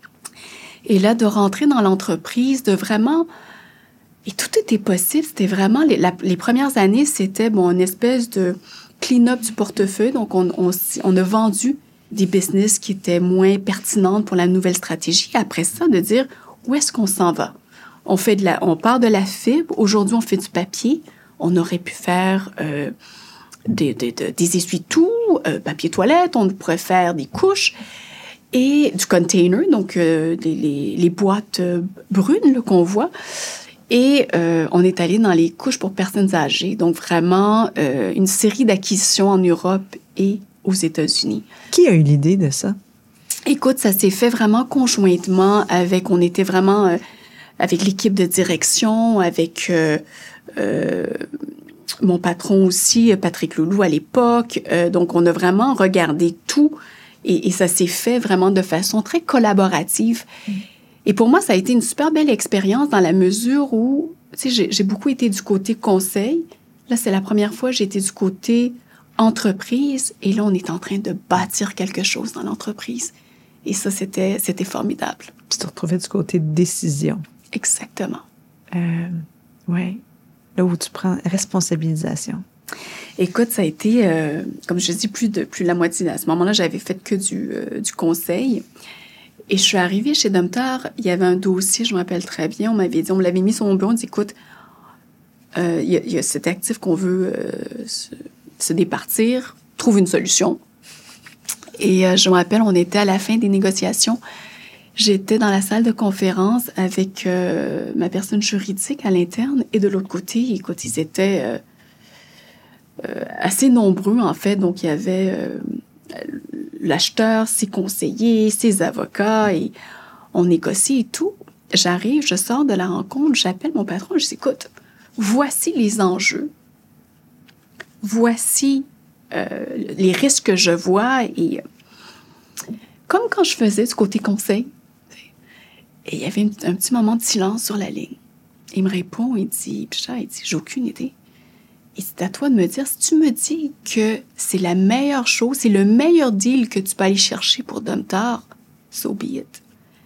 Et là, de rentrer dans l'entreprise, de vraiment... Et tout était possible. C'était vraiment... Les, la, les premières années, c'était bon, une espèce de clean-up du portefeuille. Donc, on, on, on a vendu des business qui étaient moins pertinentes pour la nouvelle stratégie. Après ça, de dire, où est-ce qu'on s'en va? On, fait de la, on part de la fibre. Aujourd'hui, on fait du papier. On aurait pu faire euh, des, des, des, des essuie-tout, euh, papier toilette. On pourrait faire des couches. Et du container, donc euh, les, les, les boîtes euh, brunes là, qu'on voit. Et euh, on est allé dans les couches pour personnes âgées. Donc vraiment euh, une série d'acquisitions en Europe et aux États-Unis. Qui a eu l'idée de ça? Écoute, ça s'est fait vraiment conjointement avec... On était vraiment euh, avec l'équipe de direction, avec euh, euh, mon patron aussi, Patrick Loulou à l'époque. Euh, donc on a vraiment regardé tout. Et, et ça s'est fait vraiment de façon très collaborative. Mmh. Et pour moi, ça a été une super belle expérience dans la mesure où, tu sais, j'ai, j'ai beaucoup été du côté conseil. Là, c'est la première fois que j'ai été du côté entreprise. Et là, on est en train de bâtir quelque chose dans l'entreprise. Et ça, c'était, c'était formidable. Tu te retrouvais du côté de décision. Exactement. Euh, oui. Là où tu prends responsabilisation. Écoute, ça a été, euh, comme je dis, plus de plus de la moitié. À ce moment-là, j'avais fait que du, euh, du conseil. Et je suis arrivée chez Domtar, il y avait un dossier, je me rappelle très bien, on m'avait dit, on me l'avait mis sur mon bureau, on dit, écoute, euh, il, y a, il y a cet actif qu'on veut euh, se, se départir, trouve une solution. Et euh, je me rappelle, on était à la fin des négociations j'étais dans la salle de conférence avec euh, ma personne juridique à l'interne et de l'autre côté, écoute, ils étaient euh, euh, assez nombreux, en fait. Donc, il y avait euh, l'acheteur, ses conseillers, ses avocats et on négocie et tout. J'arrive, je sors de la rencontre, j'appelle mon patron, je dis, écoute, voici les enjeux, voici euh, les risques que je vois et comme quand je faisais du côté conseil, et il y avait un, un petit moment de silence sur la ligne. Il me répond, il dit, Bicha, il dit, j'ai aucune idée. Et c'est à toi de me dire, si tu me dis que c'est la meilleure chose, c'est le meilleur deal que tu peux aller chercher pour Domtar, so be it.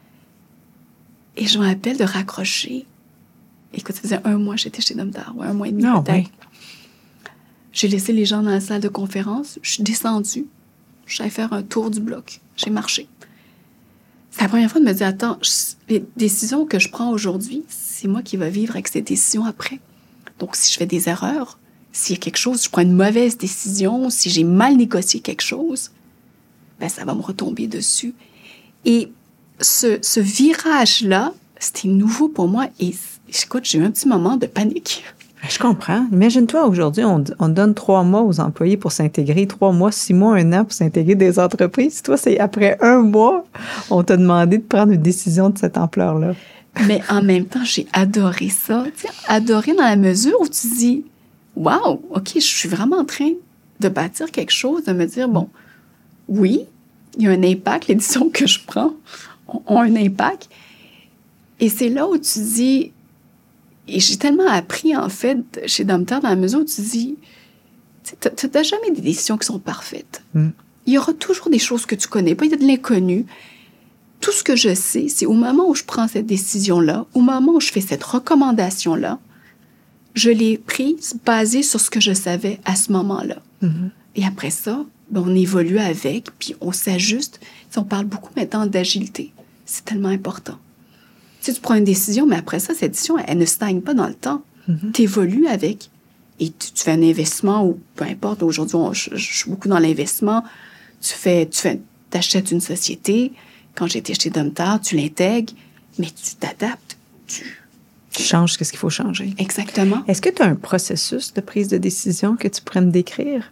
Et je me rappelle de raccrocher. Écoute, ça faisait un mois que j'étais chez Domtar, ou un mois et demi non, peut-être. Oui. J'ai laissé les gens dans la salle de conférence, je suis descendue, je suis allée faire un tour du bloc, j'ai marché. C'est la première fois de me dire, attends, je, les décisions que je prends aujourd'hui, c'est moi qui vais vivre avec ces décisions après. Donc, si je fais des erreurs, s'il y a quelque chose, je prends une mauvaise décision, si j'ai mal négocié quelque chose, ben ça va me retomber dessus. Et ce, ce virage-là, c'était nouveau pour moi. Et écoute, j'ai eu un petit moment de panique. Je comprends. Imagine-toi, aujourd'hui, on, on donne trois mois aux employés pour s'intégrer, trois mois, six mois, un an pour s'intégrer des entreprises. Toi, c'est après un mois, on t'a demandé de prendre une décision de cette ampleur-là. Mais en même temps, j'ai adoré ça. Tu sais, adoré dans la mesure où tu dis, wow, OK, je suis vraiment en train de bâtir quelque chose, de me dire, bon, oui, il y a un impact, les décisions que je prends ont un impact. Et c'est là où tu dis, et j'ai tellement appris, en fait, chez Domtar, dans la mesure où tu dis, tu n'as jamais des décisions qui sont parfaites. Mm. Il y aura toujours des choses que tu connais pas, il y a de l'inconnu. Tout ce que je sais, c'est au moment où je prends cette décision-là, au moment où je fais cette recommandation-là, je l'ai prise basée sur ce que je savais à ce moment-là. Mm-hmm. Et après ça, ben, on évolue avec, puis on s'ajuste. On parle beaucoup maintenant d'agilité. C'est tellement important. Tu sais, tu prends une décision, mais après ça, cette décision, elle, elle ne stagne pas dans le temps. Mm-hmm. Tu évolues avec. Et tu, tu fais un investissement, ou peu importe, aujourd'hui, on, je, je suis beaucoup dans l'investissement. Tu fais, tu fais, t'achètes une société. Quand j'étais chez Domtar, tu l'intègres, mais tu t'adaptes. Tu, tu changes ce qu'il faut changer. Exactement. Est-ce que tu as un processus de prise de décision que tu pourrais me décrire?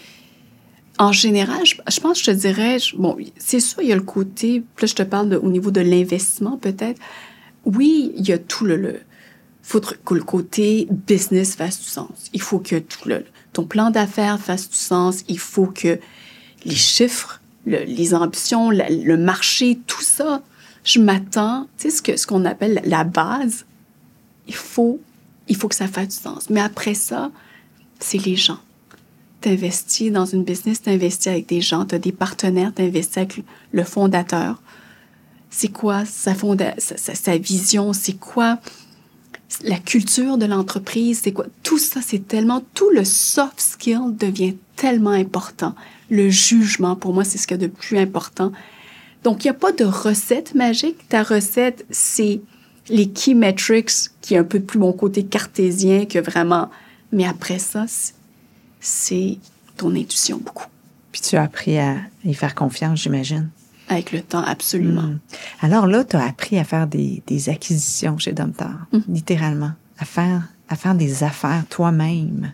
En général, je, je pense que je te dirais, je, bon, c'est sûr, il y a le côté, là, je te parle de, au niveau de l'investissement, peut-être. Oui, il y a tout le, le, faut que le côté business fasse du sens. Il faut que tout le, ton plan d'affaires fasse du sens. Il faut que les chiffres, le, les ambitions, la, le marché, tout ça, je m'attends, tu sais, ce, que, ce qu'on appelle la base, il faut, il faut que ça fasse du sens. Mais après ça, c'est les gens. T'investis dans une business, t'investis avec des gens, t'as des partenaires, t'investis avec le fondateur. C'est quoi sa, fonda- sa, sa, sa vision? C'est quoi la culture de l'entreprise? C'est quoi? Tout ça, c'est tellement... Tout le soft skill devient tellement important. Le jugement, pour moi, c'est ce qu'il y a de plus important. Donc, il n'y a pas de recette magique. Ta recette, c'est les key metrics, qui est un peu plus mon côté cartésien que vraiment... Mais après ça, c'est, c'est ton intuition, beaucoup. Puis tu as appris à y faire confiance, j'imagine. Avec le temps, absolument. Mmh. Alors là, tu as appris à faire des, des acquisitions chez Domtar, mmh. littéralement, à faire, à faire des affaires toi-même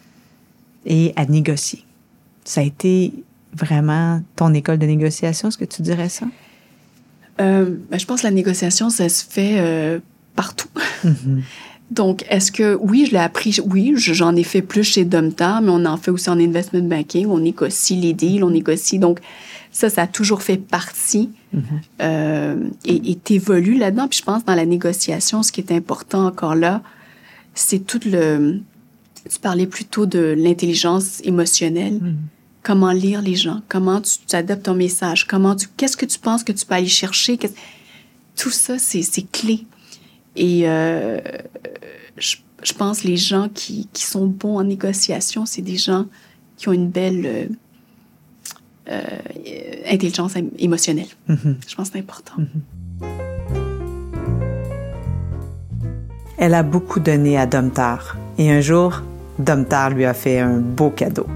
et à négocier. Ça a été vraiment ton école de négociation, est-ce que tu dirais ça? Euh, ben, je pense que la négociation, ça se fait euh, partout. Mmh. Donc, est-ce que, oui, je l'ai appris, oui, j'en ai fait plus chez Domtar, mais on en fait aussi en investment banking, on négocie les deals, on négocie, donc ça, ça a toujours fait partie mm-hmm. euh, et t'évolues là-dedans. Puis je pense, dans la négociation, ce qui est important encore là, c'est tout le... Tu parlais plutôt de l'intelligence émotionnelle. Mm-hmm. Comment lire les gens, comment tu, tu adaptes ton message, comment tu... Qu'est-ce que tu penses que tu peux aller chercher? Tout ça, c'est, c'est clé. Et euh, je, je pense que les gens qui, qui sont bons en négociation, c'est des gens qui ont une belle euh, euh, intelligence émotionnelle. Mm-hmm. Je pense que c'est important. Mm-hmm. Elle a beaucoup donné à Domtar. Et un jour, Domtar lui a fait un beau cadeau.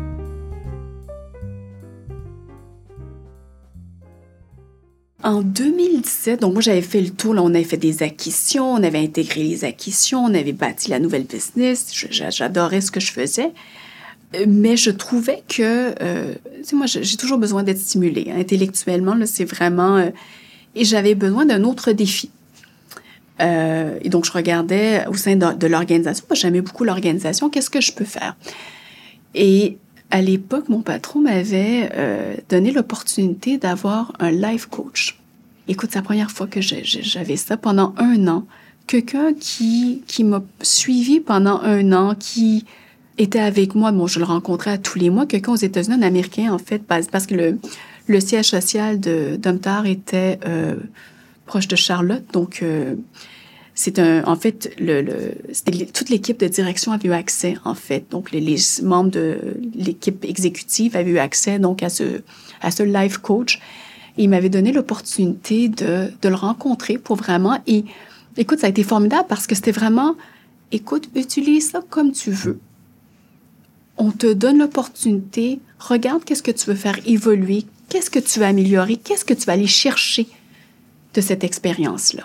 En deux mille dix-sept, donc moi, j'avais fait le tour. Là, on avait fait des acquisitions, on avait intégré les acquisitions, on avait bâti la nouvelle business. Je, j'adorais ce que je faisais. Mais je trouvais que, euh, tu sais, moi, j'ai toujours besoin d'être stimulée. Hein. Intellectuellement, là, c'est vraiment... Euh, et j'avais besoin d'un autre défi. Euh, et donc, je regardais au sein de, de l'organisation. Moi, j'aimais beaucoup l'organisation. Qu'est-ce que je peux faire? Et à l'époque, mon patron m'avait euh, donné l'opportunité d'avoir un life coach. Écoute, c'est la première fois que j'ai, j'avais ça pendant un an. Quelqu'un qui, qui m'a suivi pendant un an, qui... était avec moi. Bon, je le rencontrais à tous les mois. Quelqu'un aux États-Unis, un Américain, en fait, parce que le, le siège social de Domtar était euh, proche de Charlotte. Donc, euh, c'est un... En fait, le, le, c'était, toute l'équipe de direction avait eu accès, en fait. Donc, les, les membres de l'équipe exécutive avaient eu accès, donc, à ce, à ce life coach. Et il m'avait donné l'opportunité de, de le rencontrer pour vraiment... Et, écoute, ça a été formidable parce que c'était vraiment... Écoute, utilise ça comme tu veux. On te donne l'opportunité, regarde qu'est-ce que tu veux faire évoluer, qu'est-ce que tu vas améliorer, qu'est-ce que tu vas aller chercher de cette expérience-là.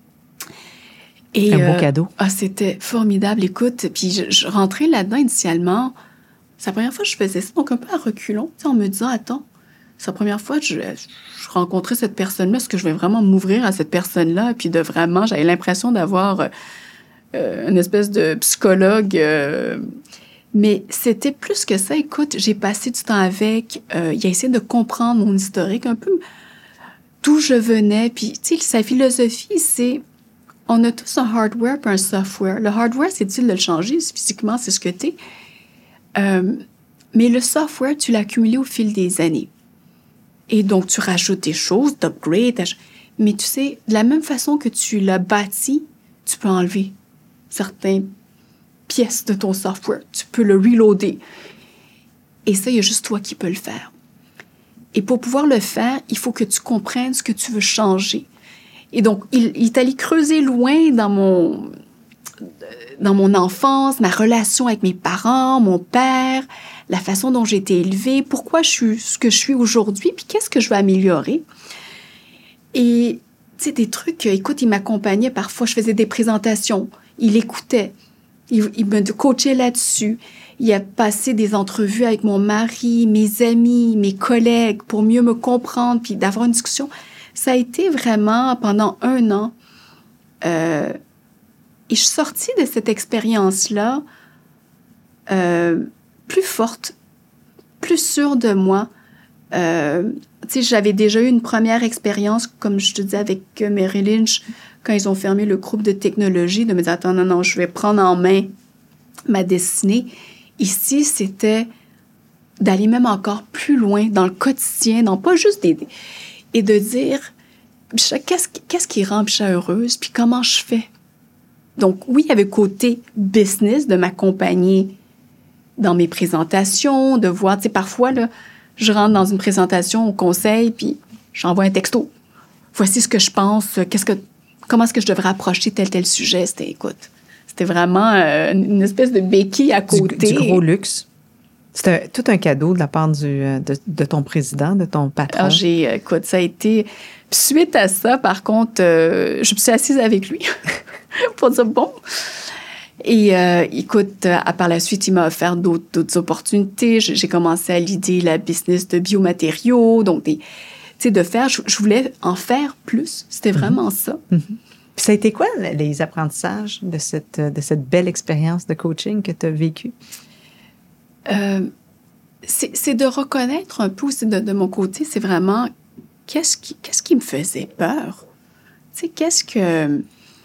Et, un beau euh, cadeau. Ah, c'était formidable. Écoute, puis je, je rentrais là-dedans initialement. C'est la première fois que je faisais ça, donc un peu à reculons, en me disant, attends, c'est la première fois que je, je rencontrais cette personne-là, est-ce que je vais vraiment m'ouvrir à cette personne-là? Puis de vraiment, j'avais l'impression d'avoir euh, une espèce de psychologue... Euh, Mais c'était plus que ça. Écoute, j'ai passé du temps avec. Euh, il a essayé de comprendre mon historique un peu, d'où je venais. Puis, tu sais, sa philosophie, c'est... On a tous un hardware puis un software. Le hardware, c'est utile de le changer. Physiquement, c'est ce que t'es. Euh, mais le software, tu l'as accumulé au fil des années. Et donc, tu rajoutes des choses, t'upgrades. Mais tu sais, de la même façon que tu l'as bâti, tu peux enlever certains pièces de ton software. Tu peux le reloader. Et ça, il y a juste toi qui peux le faire. Et pour pouvoir le faire, il faut que tu comprennes ce que tu veux changer. Et donc, il, il est allé creuser loin dans mon, dans mon enfance, ma relation avec mes parents, mon père, la façon dont j'ai été élevée, pourquoi je suis ce que je suis aujourd'hui, puis qu'est-ce que je veux améliorer. Et, tu sais, des trucs, écoute, il m'accompagnait parfois, je faisais des présentations, il écoutait. Il, il me coachait là-dessus. Il a passé des entrevues avec mon mari, mes amis, mes collègues pour mieux me comprendre puis d'avoir une discussion. Ça a été vraiment pendant un an. Euh, et je suis sortie de cette expérience-là euh, plus forte, plus sûre de moi. Euh, tu sais, j'avais déjà eu une première expérience, comme je te disais, avec Merrill Lynch, quand ils ont fermé le groupe de technologie, de me dire, attends, non, non, je vais prendre en main ma destinée. Ici, c'était d'aller même encore plus loin dans le quotidien, non pas juste des... et de dire, qu'est-ce, qu'est-ce qui rend Bicha heureuse, puis comment je fais? Donc, oui, il y avait le côté business de m'accompagner dans mes présentations, de voir, tu sais, parfois, là, je rentre dans une présentation au conseil, puis j'envoie un texto. Voici ce que je pense, qu'est-ce que... Comment est-ce que je devrais approcher tel, tel sujet? C'était, écoute, c'était vraiment euh, une espèce de béquille à côté. Du, du gros luxe. C'était tout un cadeau de la part du, de, de ton président, de ton patron. Alors, j'ai, écoute, ça a été... Puis suite à ça, par contre, euh, je me suis assise avec lui pour dire, bon... Et euh, écoute, à par la suite, il m'a offert d'autres, d'autres opportunités. J'ai, j'ai commencé à l'idée la business de biomatériaux, donc des... Tu sais, de faire, je, je voulais en faire plus. C'était vraiment mm-hmm. ça. Mm-hmm. Puis ça a été quoi les apprentissages de cette, de cette belle expérience de coaching que tu as vécue? Euh, c'est, c'est de reconnaître un peu aussi de, de mon côté, c'est vraiment qu'est-ce qui, qu'est-ce qui me faisait peur? Tu sais, qu'est-ce que...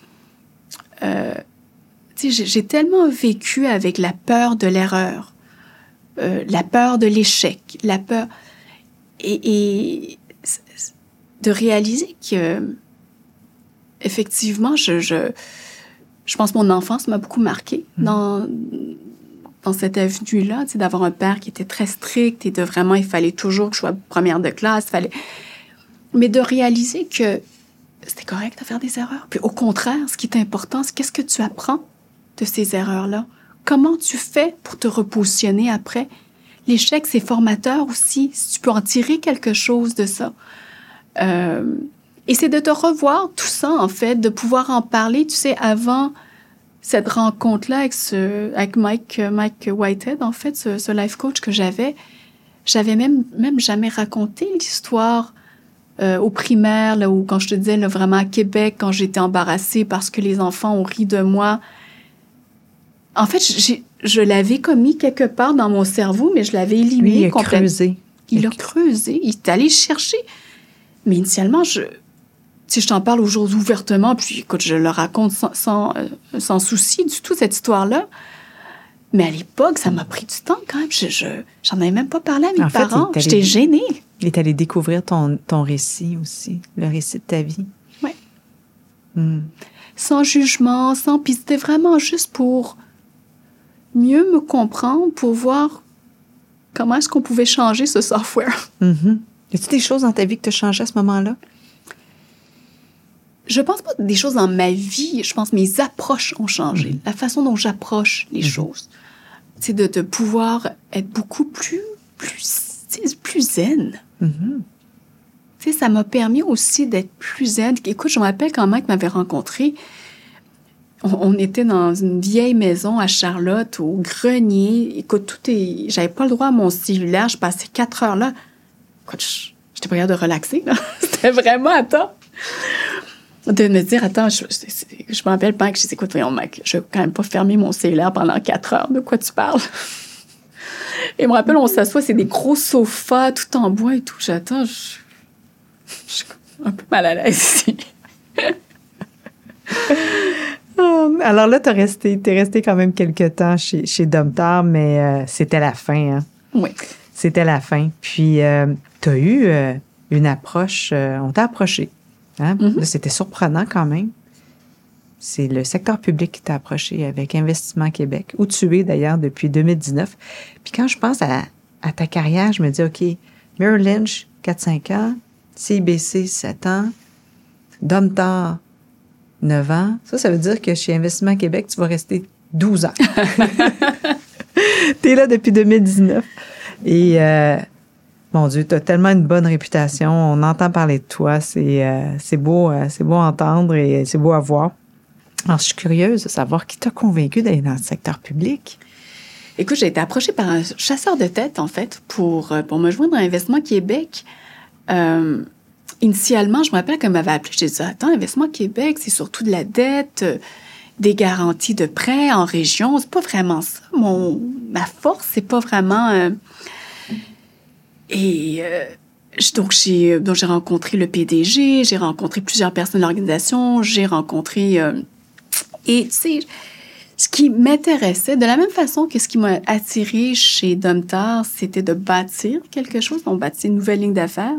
Euh, tu sais, j'ai, j'ai tellement vécu avec la peur de l'erreur, euh, la peur de l'échec, la peur... Et... et de réaliser que, effectivement, je, je, je pense que mon enfance m'a beaucoup marquée mmh. dans, dans cette avenue-là, tu sais, d'avoir un père qui était très strict et de vraiment, il fallait toujours que je sois première de classe, il fallait... Mais de réaliser que c'était correct de faire des erreurs. Puis au contraire, ce qui est important, c'est qu'est-ce que tu apprends de ces erreurs-là? Comment tu fais pour te repositionner après? L'échec, c'est formateur aussi. Si tu peux en tirer quelque chose de ça. Euh, Et c'est de te revoir tout ça, en fait, de pouvoir en parler, tu sais, avant cette rencontre-là avec, ce, avec Mike, Mike Whitehead, en fait, ce, ce life coach que j'avais. J'avais même, même jamais raconté l'histoire euh, au primaire, là, où, quand je te disais, là, vraiment à Québec, quand j'étais embarrassée parce que les enfants ont ri de moi. En fait, j'ai, je l'avais commis quelque part dans mon cerveau, mais je l'avais éliminé Lui, il a complètement. creusé. Il a creusé, il est allé chercher. Mais initialement, je, si je t'en parle aujourd'hui ouvertement, puis écoute, je le raconte sans, sans, euh, sans souci du tout, cette histoire-là. Mais à l'époque, ça m'a pris du temps quand même. Je, je, j'en avais même pas parlé à mes En fait, parents. il est allé- J'étais gênée. Il est allé découvrir ton, ton récit aussi, le récit de ta vie. Oui. Mm. Sans jugement, sans... Puis c'était vraiment juste pour mieux me comprendre, pour voir comment est-ce qu'on pouvait changer ce software. Mm-hmm. Y a-t-il des choses dans ta vie que tu as changé à ce moment-là? Je pense pas des choses dans ma vie. Je pense que mes approches ont changé. Mm-hmm. La façon dont j'approche les Mm-hmm. choses. C'est de, de pouvoir être beaucoup plus, plus, plus zen. Mm-hmm. Tu sais, ça m'a permis aussi d'être plus zen. Écoute, je me rappelle quand Mike m'avait rencontré, on, on était dans une vieille maison à Charlotte, au grenier. Écoute, tout est... J'avais pas le droit à mon cellulaire. Je passais quatre heures là. Écoute, je j'étais pas capable de relaxer, là. C'était vraiment, attends, de me dire, attends, je, je, je me rappelle pas que je disais, écoute, voyons, Mike, je vais quand même pas fermer mon cellulaire pendant quatre heures. De quoi tu parles? Et je me rappelle, on s'assoit, c'est des gros sofas, tout en bois et tout. J'attends, je, je suis un peu mal à l'aise ici. Alors là, t'es resté, t'es resté quand même quelques temps chez, chez Domtar, mais euh, c'était la fin, hein? Oui. C'était la fin. Puis, euh, tu as eu euh, une approche, euh, on t'a approché. Hein? Mm-hmm. C'était surprenant quand même. C'est le secteur public qui t'a approché avec Investissement Québec, où tu es d'ailleurs depuis deux mille dix-neuf. Puis quand je pense à, à ta carrière, je me dis, OK, Merrill Lynch, quatre à cinq ans, C I B C, sept ans, Domtar, neuf ans. Ça, ça veut dire que chez Investissement Québec, tu vas rester douze ans. Tu es là depuis deux mille dix-neuf. Et, euh, mon Dieu, tu as tellement une bonne réputation. On entend parler de toi. C'est, euh, c'est beau, euh, c'est beau à entendre et c'est beau à voir. Alors, je suis curieuse de savoir qui t'a convaincu d'aller dans le secteur public. Écoute, j'ai été approchée par un chasseur de tête, en fait, pour, pour me joindre à Investissement Québec. Euh, initialement, je me rappelle qu'elle m'avait appelé. J'ai dit, attends, Investissement Québec, c'est surtout de la dette, euh, des garanties de prêts en région. C'est pas vraiment ça. Mon, ma force, c'est pas vraiment... Euh, et euh, donc, j'ai, donc, j'ai rencontré le P D G, j'ai rencontré plusieurs personnes de l'organisation, j'ai rencontré... Euh, et, tu sais, ce qui m'intéressait, de la même façon que ce qui m'a attiré chez Domtar, c'était de bâtir quelque chose, on bâtit une nouvelle ligne d'affaires.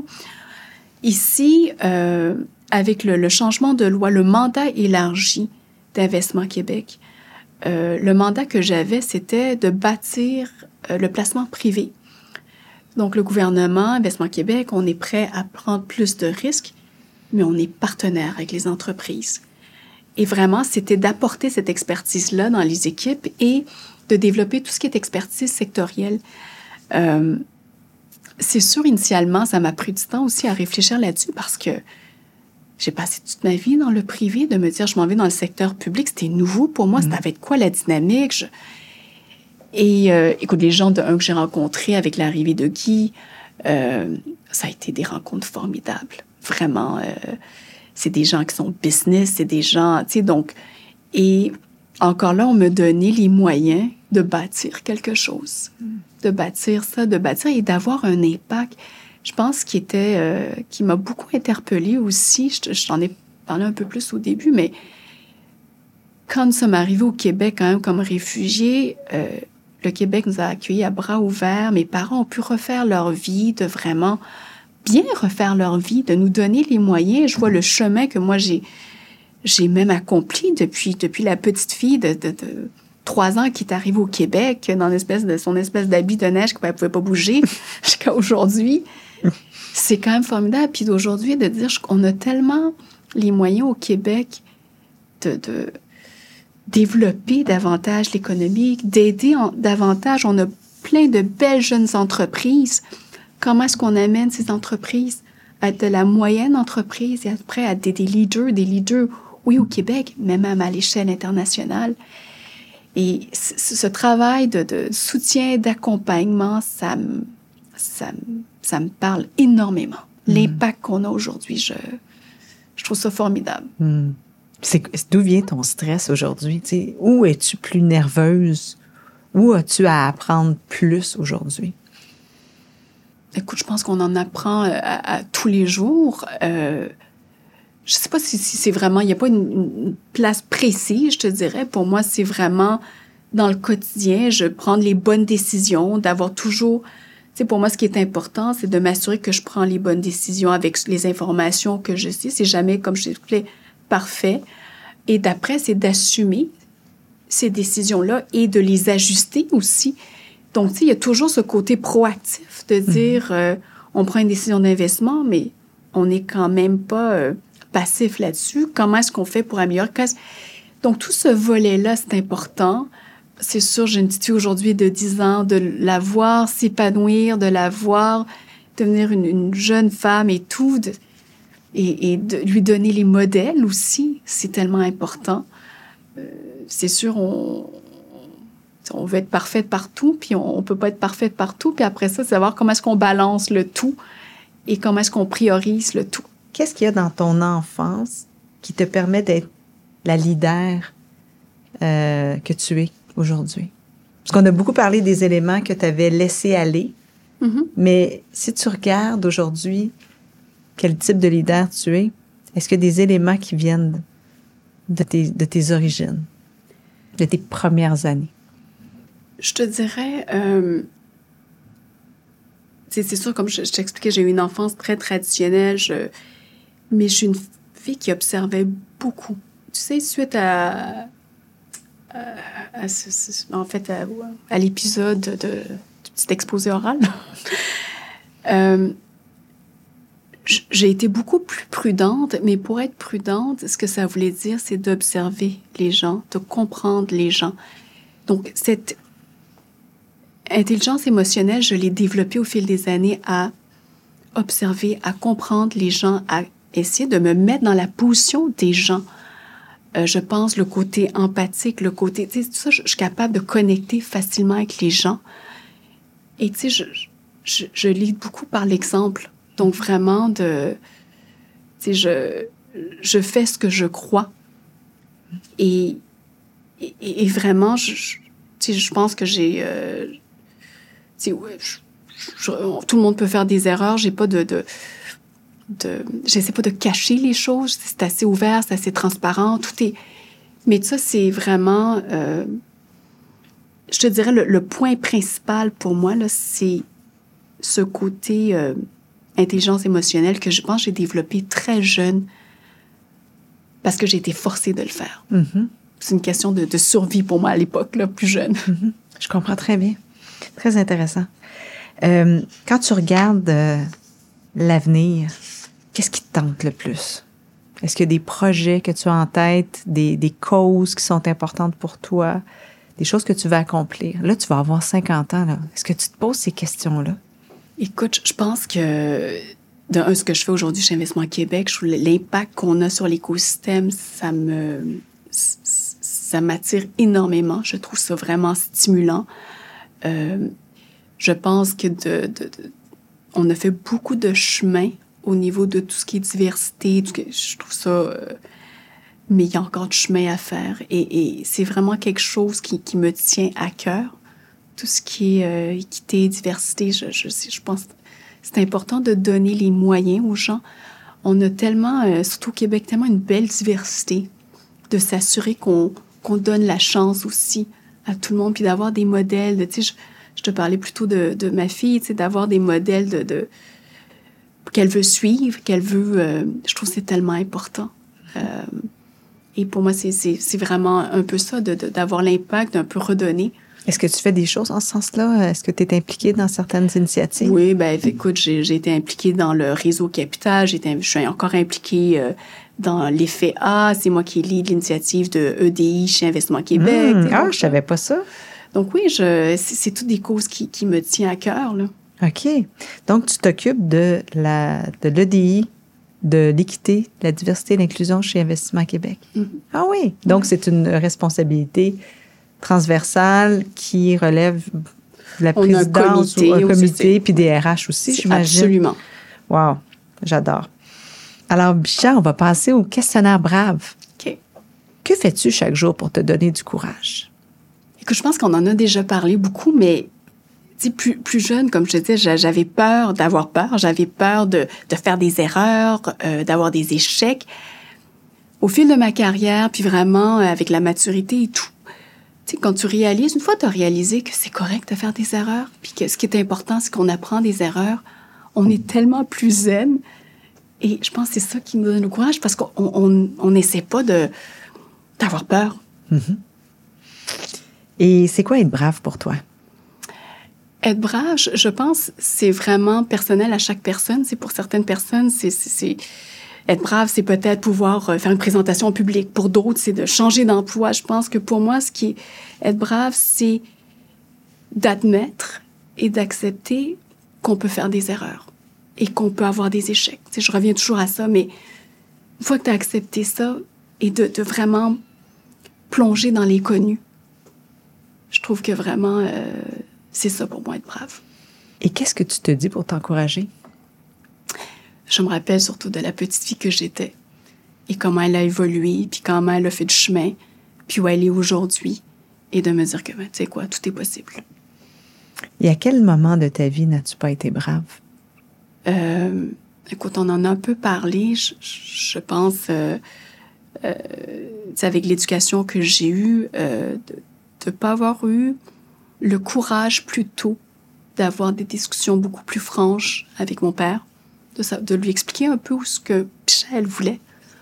Ici, euh, avec le, le changement de loi, le mandat élargi d'Investissement Québec, euh, le mandat que j'avais, c'était de bâtir euh, le placement privé. Donc, le gouvernement, Investissement Québec, on est prêt à prendre plus de risques, mais on est partenaire avec les entreprises. Et vraiment, c'était d'apporter cette expertise-là dans les équipes et de développer tout ce qui est expertise sectorielle. Euh, c'est sûr, initialement, ça m'a pris du temps aussi à réfléchir là-dessus parce que j'ai passé toute ma vie dans le privé, de me dire je m'en vais dans le secteur public, c'était nouveau pour moi, mmh. C'était quoi la dynamique? Je... Et euh, écoute, les gens de un que j'ai rencontrés avec l'arrivée de Guy, euh, ça a été des rencontres formidables, vraiment. Euh, c'est des gens qui sont business, c'est des gens, tu sais, donc... Et encore là, on me donnait les moyens de bâtir quelque chose, mm. de bâtir ça, de bâtir et d'avoir un impact. Je pense qu'il était, euh, qui m'a beaucoup interpellée aussi, je, je t'en ai parlé un peu plus au début, mais quand nous sommes arrivés au Québec quand même comme réfugiés, euh, le Québec nous a accueillis à bras ouverts, mes parents ont pu refaire leur vie, de vraiment... bien refaire leur vie, de nous donner les moyens. Je vois le chemin que moi, j'ai, j'ai même accompli depuis, depuis la petite fille de, de, de trois ans qui est arrivée au Québec dans l'espèce de, son espèce d'habit de neige qu'elle ne pouvait pas bouger jusqu'à aujourd'hui. C'est quand même formidable. Puis d'aujourd'hui, de dire qu'on a tellement les moyens au Québec de, de développer davantage l'économie, d'aider en, davantage. On a plein de belles jeunes entreprises. Comment est-ce qu'on amène ces entreprises à de la moyenne entreprise et après à des, des leaders, des leaders, oui, au Québec, mais même à l'échelle internationale. Et ce, ce travail de, de soutien, d'accompagnement, ça me, ça, me, ça me parle énormément. Mmh. L'impact qu'on a aujourd'hui, je, je trouve ça formidable. Mmh. C'est, d'où vient ton stress aujourd'hui? T'sais, où es-tu plus nerveuse? Où as-tu à apprendre plus aujourd'hui? Écoute, je pense qu'on en apprend à, à tous les jours. Euh, je sais pas si, si c'est vraiment... Il n'y a pas une, une place précise, je te dirais. Pour moi, c'est vraiment dans le quotidien, je prends les bonnes décisions, d'avoir toujours... Tu sais, pour moi, ce qui est important, c'est de m'assurer que je prends les bonnes décisions avec les informations que je sais. C'est jamais, comme je t'expliquais, parfait. Et d'après, c'est d'assumer ces décisions-là et de les ajuster aussi. Donc, tu sais, il y a toujours ce côté proactif de dire, mmh. euh, on prend une décision d'investissement, mais on n'est quand même pas euh, passif là-dessus. Comment est-ce qu'on fait pour améliorer? Donc, tout ce volet-là, c'est important. C'est sûr, j'ai une petite fille aujourd'hui de dix ans, de la voir s'épanouir, de la voir devenir une, une jeune femme et tout, de, et, et de lui donner les modèles aussi, c'est tellement important. Euh, c'est sûr, on... On veut être parfaite partout, puis on ne peut pas être parfaite partout. Puis après ça, c'est savoir comment est-ce qu'on balance le tout et comment est-ce qu'on priorise le tout. Qu'est-ce qu'il y a dans ton enfance qui te permet d'être la leader euh, que tu es aujourd'hui? Parce qu'on a beaucoup parlé des éléments que tu avais laissés aller, mm-hmm. mais si tu regardes aujourd'hui quel type de leader tu es, est-ce qu'il y a des éléments qui viennent de tes, de tes origines, de tes premières années? Je te dirais, euh, c'est, c'est sûr, comme je, je t'expliquais, j'ai eu une enfance très traditionnelle, je, mais je suis une fille qui observait beaucoup. Tu sais, suite à, à, à ce, ce, en fait, à, à l'épisode de, du petit exposé oral, euh, j'ai été beaucoup plus prudente, mais pour être prudente, ce que ça voulait dire, c'est d'observer les gens, de comprendre les gens. Donc, cette intelligence émotionnelle, je l'ai développée au fil des années à observer, à comprendre les gens, à essayer de me mettre dans la position des gens. Euh, je pense le côté empathique, le côté... Tu sais, tout ça, je, je suis capable de connecter facilement avec les gens. Et tu sais, je, je, je lis beaucoup par l'exemple. Donc, vraiment, de... Tu sais, je, je fais ce que je crois. Et, et, et vraiment, je, je, tu sais, je pense que j'ai... Euh, Ouais, je, je, tout le monde peut faire des erreurs. J'ai pas de, de, de, j'essaie pas de cacher les choses. C'est assez ouvert, c'est assez transparent. Tout est. Mais ça, c'est vraiment. Euh, je te dirais le, le point principal pour moi là, c'est ce côté euh, intelligence émotionnelle que je pense que j'ai développé très jeune parce que j'ai été forcée de le faire. Mm-hmm. C'est une question de, de survie pour moi à l'époque là, plus jeune. Mm-hmm. Je comprends très bien. Très intéressant. Euh, quand tu regardes euh, l'avenir, qu'est-ce qui te tente le plus? Est-ce qu'il y a des projets que tu as en tête, des, des causes qui sont importantes pour toi, des choses que tu veux accomplir? Là, tu vas avoir cinquante ans. Là. Est-ce que tu te poses ces questions-là? Écoute, je pense que, d'un, ce que je fais aujourd'hui chez Investissement Québec, je trouve l'impact qu'on a sur l'écosystème, ça me, ça m'attire énormément. Je trouve ça vraiment stimulant. Euh, je pense que de, de, de, on a fait beaucoup de chemin au niveau de tout ce qui est diversité. Tout, je trouve ça... Euh, mais il y a encore du chemin à faire. Et, et c'est vraiment quelque chose qui, qui me tient à cœur. Tout ce qui est euh, équité, diversité, je, je, je pense que c'est important de donner les moyens aux gens. On a tellement, euh, surtout au Québec, tellement une belle diversité, de s'assurer qu'on, qu'on donne la chance aussi à tout le monde, puis d'avoir des modèles, de, tu sais, je, je te parlais plutôt de, de ma fille, tu sais, d'avoir des modèles de, de qu'elle veut suivre, qu'elle veut, euh, je trouve que c'est tellement important. Euh, et pour moi, c'est, c'est, c'est vraiment un peu ça, de, de, d'avoir l'impact, d'un peu redonner. Est-ce que tu fais des choses en ce sens-là? Est-ce que tu es impliquée dans certaines initiatives? Oui, ben écoute, j'ai, j'ai été impliquée dans le réseau Capital, j'ai été, je suis encore impliquée euh, dans l'effet A, c'est moi qui lead l'initiative de E D I chez Investissement Québec. Mmh, ah, je savais pas ça. Donc oui, je, c'est, c'est toutes des causes qui, qui me tiennent à cœur, là. OK. Donc, tu t'occupes de la de l'E D I, de l'équité, de la diversité et l'inclusion chez Investissement Québec. Mm-hmm. Ah oui. Donc, c'est une responsabilité transversale qui relève de la présidence ou un comité, puis des R H aussi, j'imagine. Absolument. Wow, j'adore. Alors, Bichat, on va passer au questionnaire Brave. OK. Que fais-tu chaque jour pour te donner du courage? Écoute, je pense qu'on en a déjà parlé beaucoup, mais plus, plus jeune, comme je te disais, j'avais peur d'avoir peur, j'avais peur de, de faire des erreurs, euh, d'avoir des échecs. Au fil de ma carrière, puis vraiment avec la maturité et tout, tu sais, quand tu réalises, une fois tu as réalisé que c'est correct de faire des erreurs, puis que ce qui est important, c'est qu'on apprend des erreurs, on est tellement plus zen. Et je pense que c'est ça qui nous donne le courage, parce qu'on n'essaie pas de, d'avoir peur. Mm-hmm. Et c'est quoi être brave pour toi? Être brave, je, je pense, c'est vraiment personnel à chaque personne. C'est pour certaines personnes, c'est, c'est, c'est être brave, c'est peut-être pouvoir faire une présentation en public. Pour d'autres, c'est de changer d'emploi. Je pense que pour moi, ce qui est être brave, c'est d'admettre et d'accepter qu'on peut faire des erreurs et qu'on peut avoir des échecs. Tu sais, je reviens toujours à ça, mais une fois que tu as accepté ça et de, de vraiment plonger dans l'inconnu, je trouve que vraiment... Euh, c'est ça pour moi, être brave. Et qu'est-ce que tu te dis pour t'encourager? Je me rappelle surtout de la petite fille que j'étais et comment elle a évolué, puis comment elle a fait du chemin, puis où elle est aujourd'hui, et de me dire que, ben, tu sais quoi, tout est possible. Et à quel moment de ta vie n'as-tu pas été brave? Euh, écoute, on en a un peu parlé, je, je pense, euh, euh, avec l'éducation que j'ai eue, euh, de ne pas avoir eu le courage plus tôt d'avoir des discussions beaucoup plus franches avec mon père, de, ça, de lui expliquer un peu ce que Bichat, elle voulait.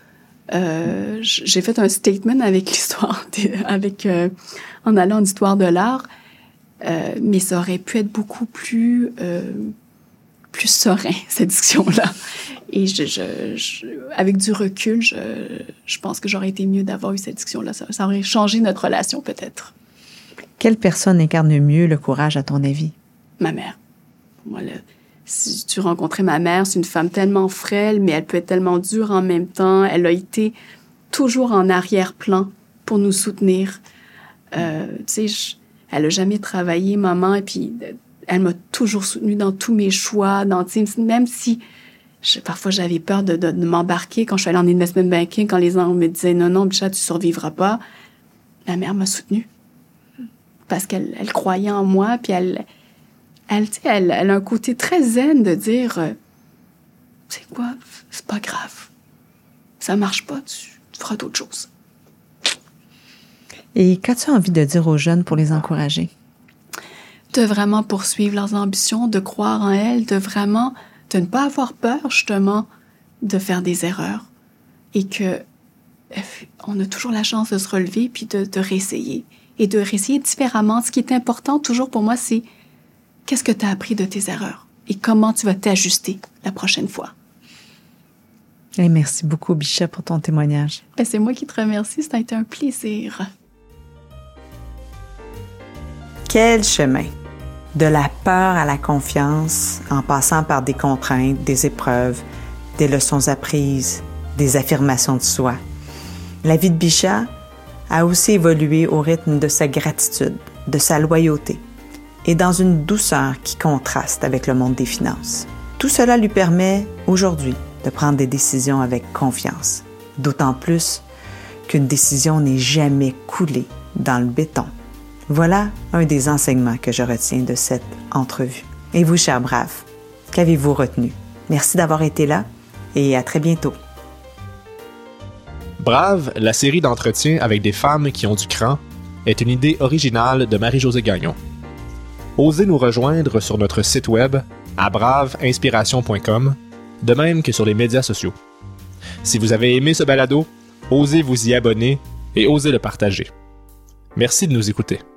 Euh, j'ai fait un statement avec l'histoire, des, avec, euh, en allant en histoire de l'art, euh, mais ça aurait pu être beaucoup plus, euh, plus serein, cette discussion-là. Et je, je, je, avec du recul, je, je pense que j'aurais été mieux d'avoir eu cette discussion-là. Ça, ça aurait changé notre relation, peut-être. Quelle personne incarne mieux le courage, à ton avis? Ma mère. Moi, le, si tu rencontrais ma mère, c'est une femme tellement frêle, mais elle peut être tellement dure en même temps. Elle a été toujours en arrière-plan pour nous soutenir. Euh, tu sais, je, elle a jamais travaillé, maman, et puis elle m'a toujours soutenue dans tous mes choix, dans, même si je, parfois j'avais peur de, de, de m'embarquer quand je suis allée en investment banking, quand les gens me disaient « Non, non, Bichat, tu survivras pas », la mère m'a soutenue. Parce qu'elle elle croyait en moi, puis elle, elle, elle, elle a un côté très zen de dire euh, « C'est quoi? C'est pas grave. Ça marche pas, tu, tu feras d'autres choses. » Et qu'as-tu envie de dire aux jeunes pour les encourager? De vraiment poursuivre leurs ambitions, de croire en elles, de vraiment, de ne pas avoir peur, justement, de faire des erreurs. Et que on a toujours la chance de se relever, puis de, de réessayer. Et de réessayer différemment. Ce qui est important, toujours pour moi, c'est qu'est-ce que tu as appris de tes erreurs et comment tu vas t'ajuster la prochaine fois. Et merci beaucoup, Bichat, pour ton témoignage. Ben, c'est moi qui te remercie. Ça a été un plaisir. Quel chemin! De la peur à la confiance, en passant par des contraintes, des épreuves, des leçons apprises, des affirmations de soi. La vie de Bichat a aussi évolué au rythme de sa gratitude, de sa loyauté et dans une douceur qui contraste avec le monde des finances. Tout cela lui permet aujourd'hui de prendre des décisions avec confiance, d'autant plus qu'une décision n'est jamais coulée dans le béton. Voilà un des enseignements que je retiens de cette entrevue. Et vous, chers braves, qu'avez-vous retenu? Merci d'avoir été là et à très bientôt. Brave, la série d'entretiens avec des femmes qui ont du cran, est une idée originale de Marie-Josée Gagnon. Osez nous rejoindre sur notre site web à brave inspiration point com, de même que sur les médias sociaux. Si vous avez aimé ce balado, osez vous y abonner et osez le partager. Merci de nous écouter.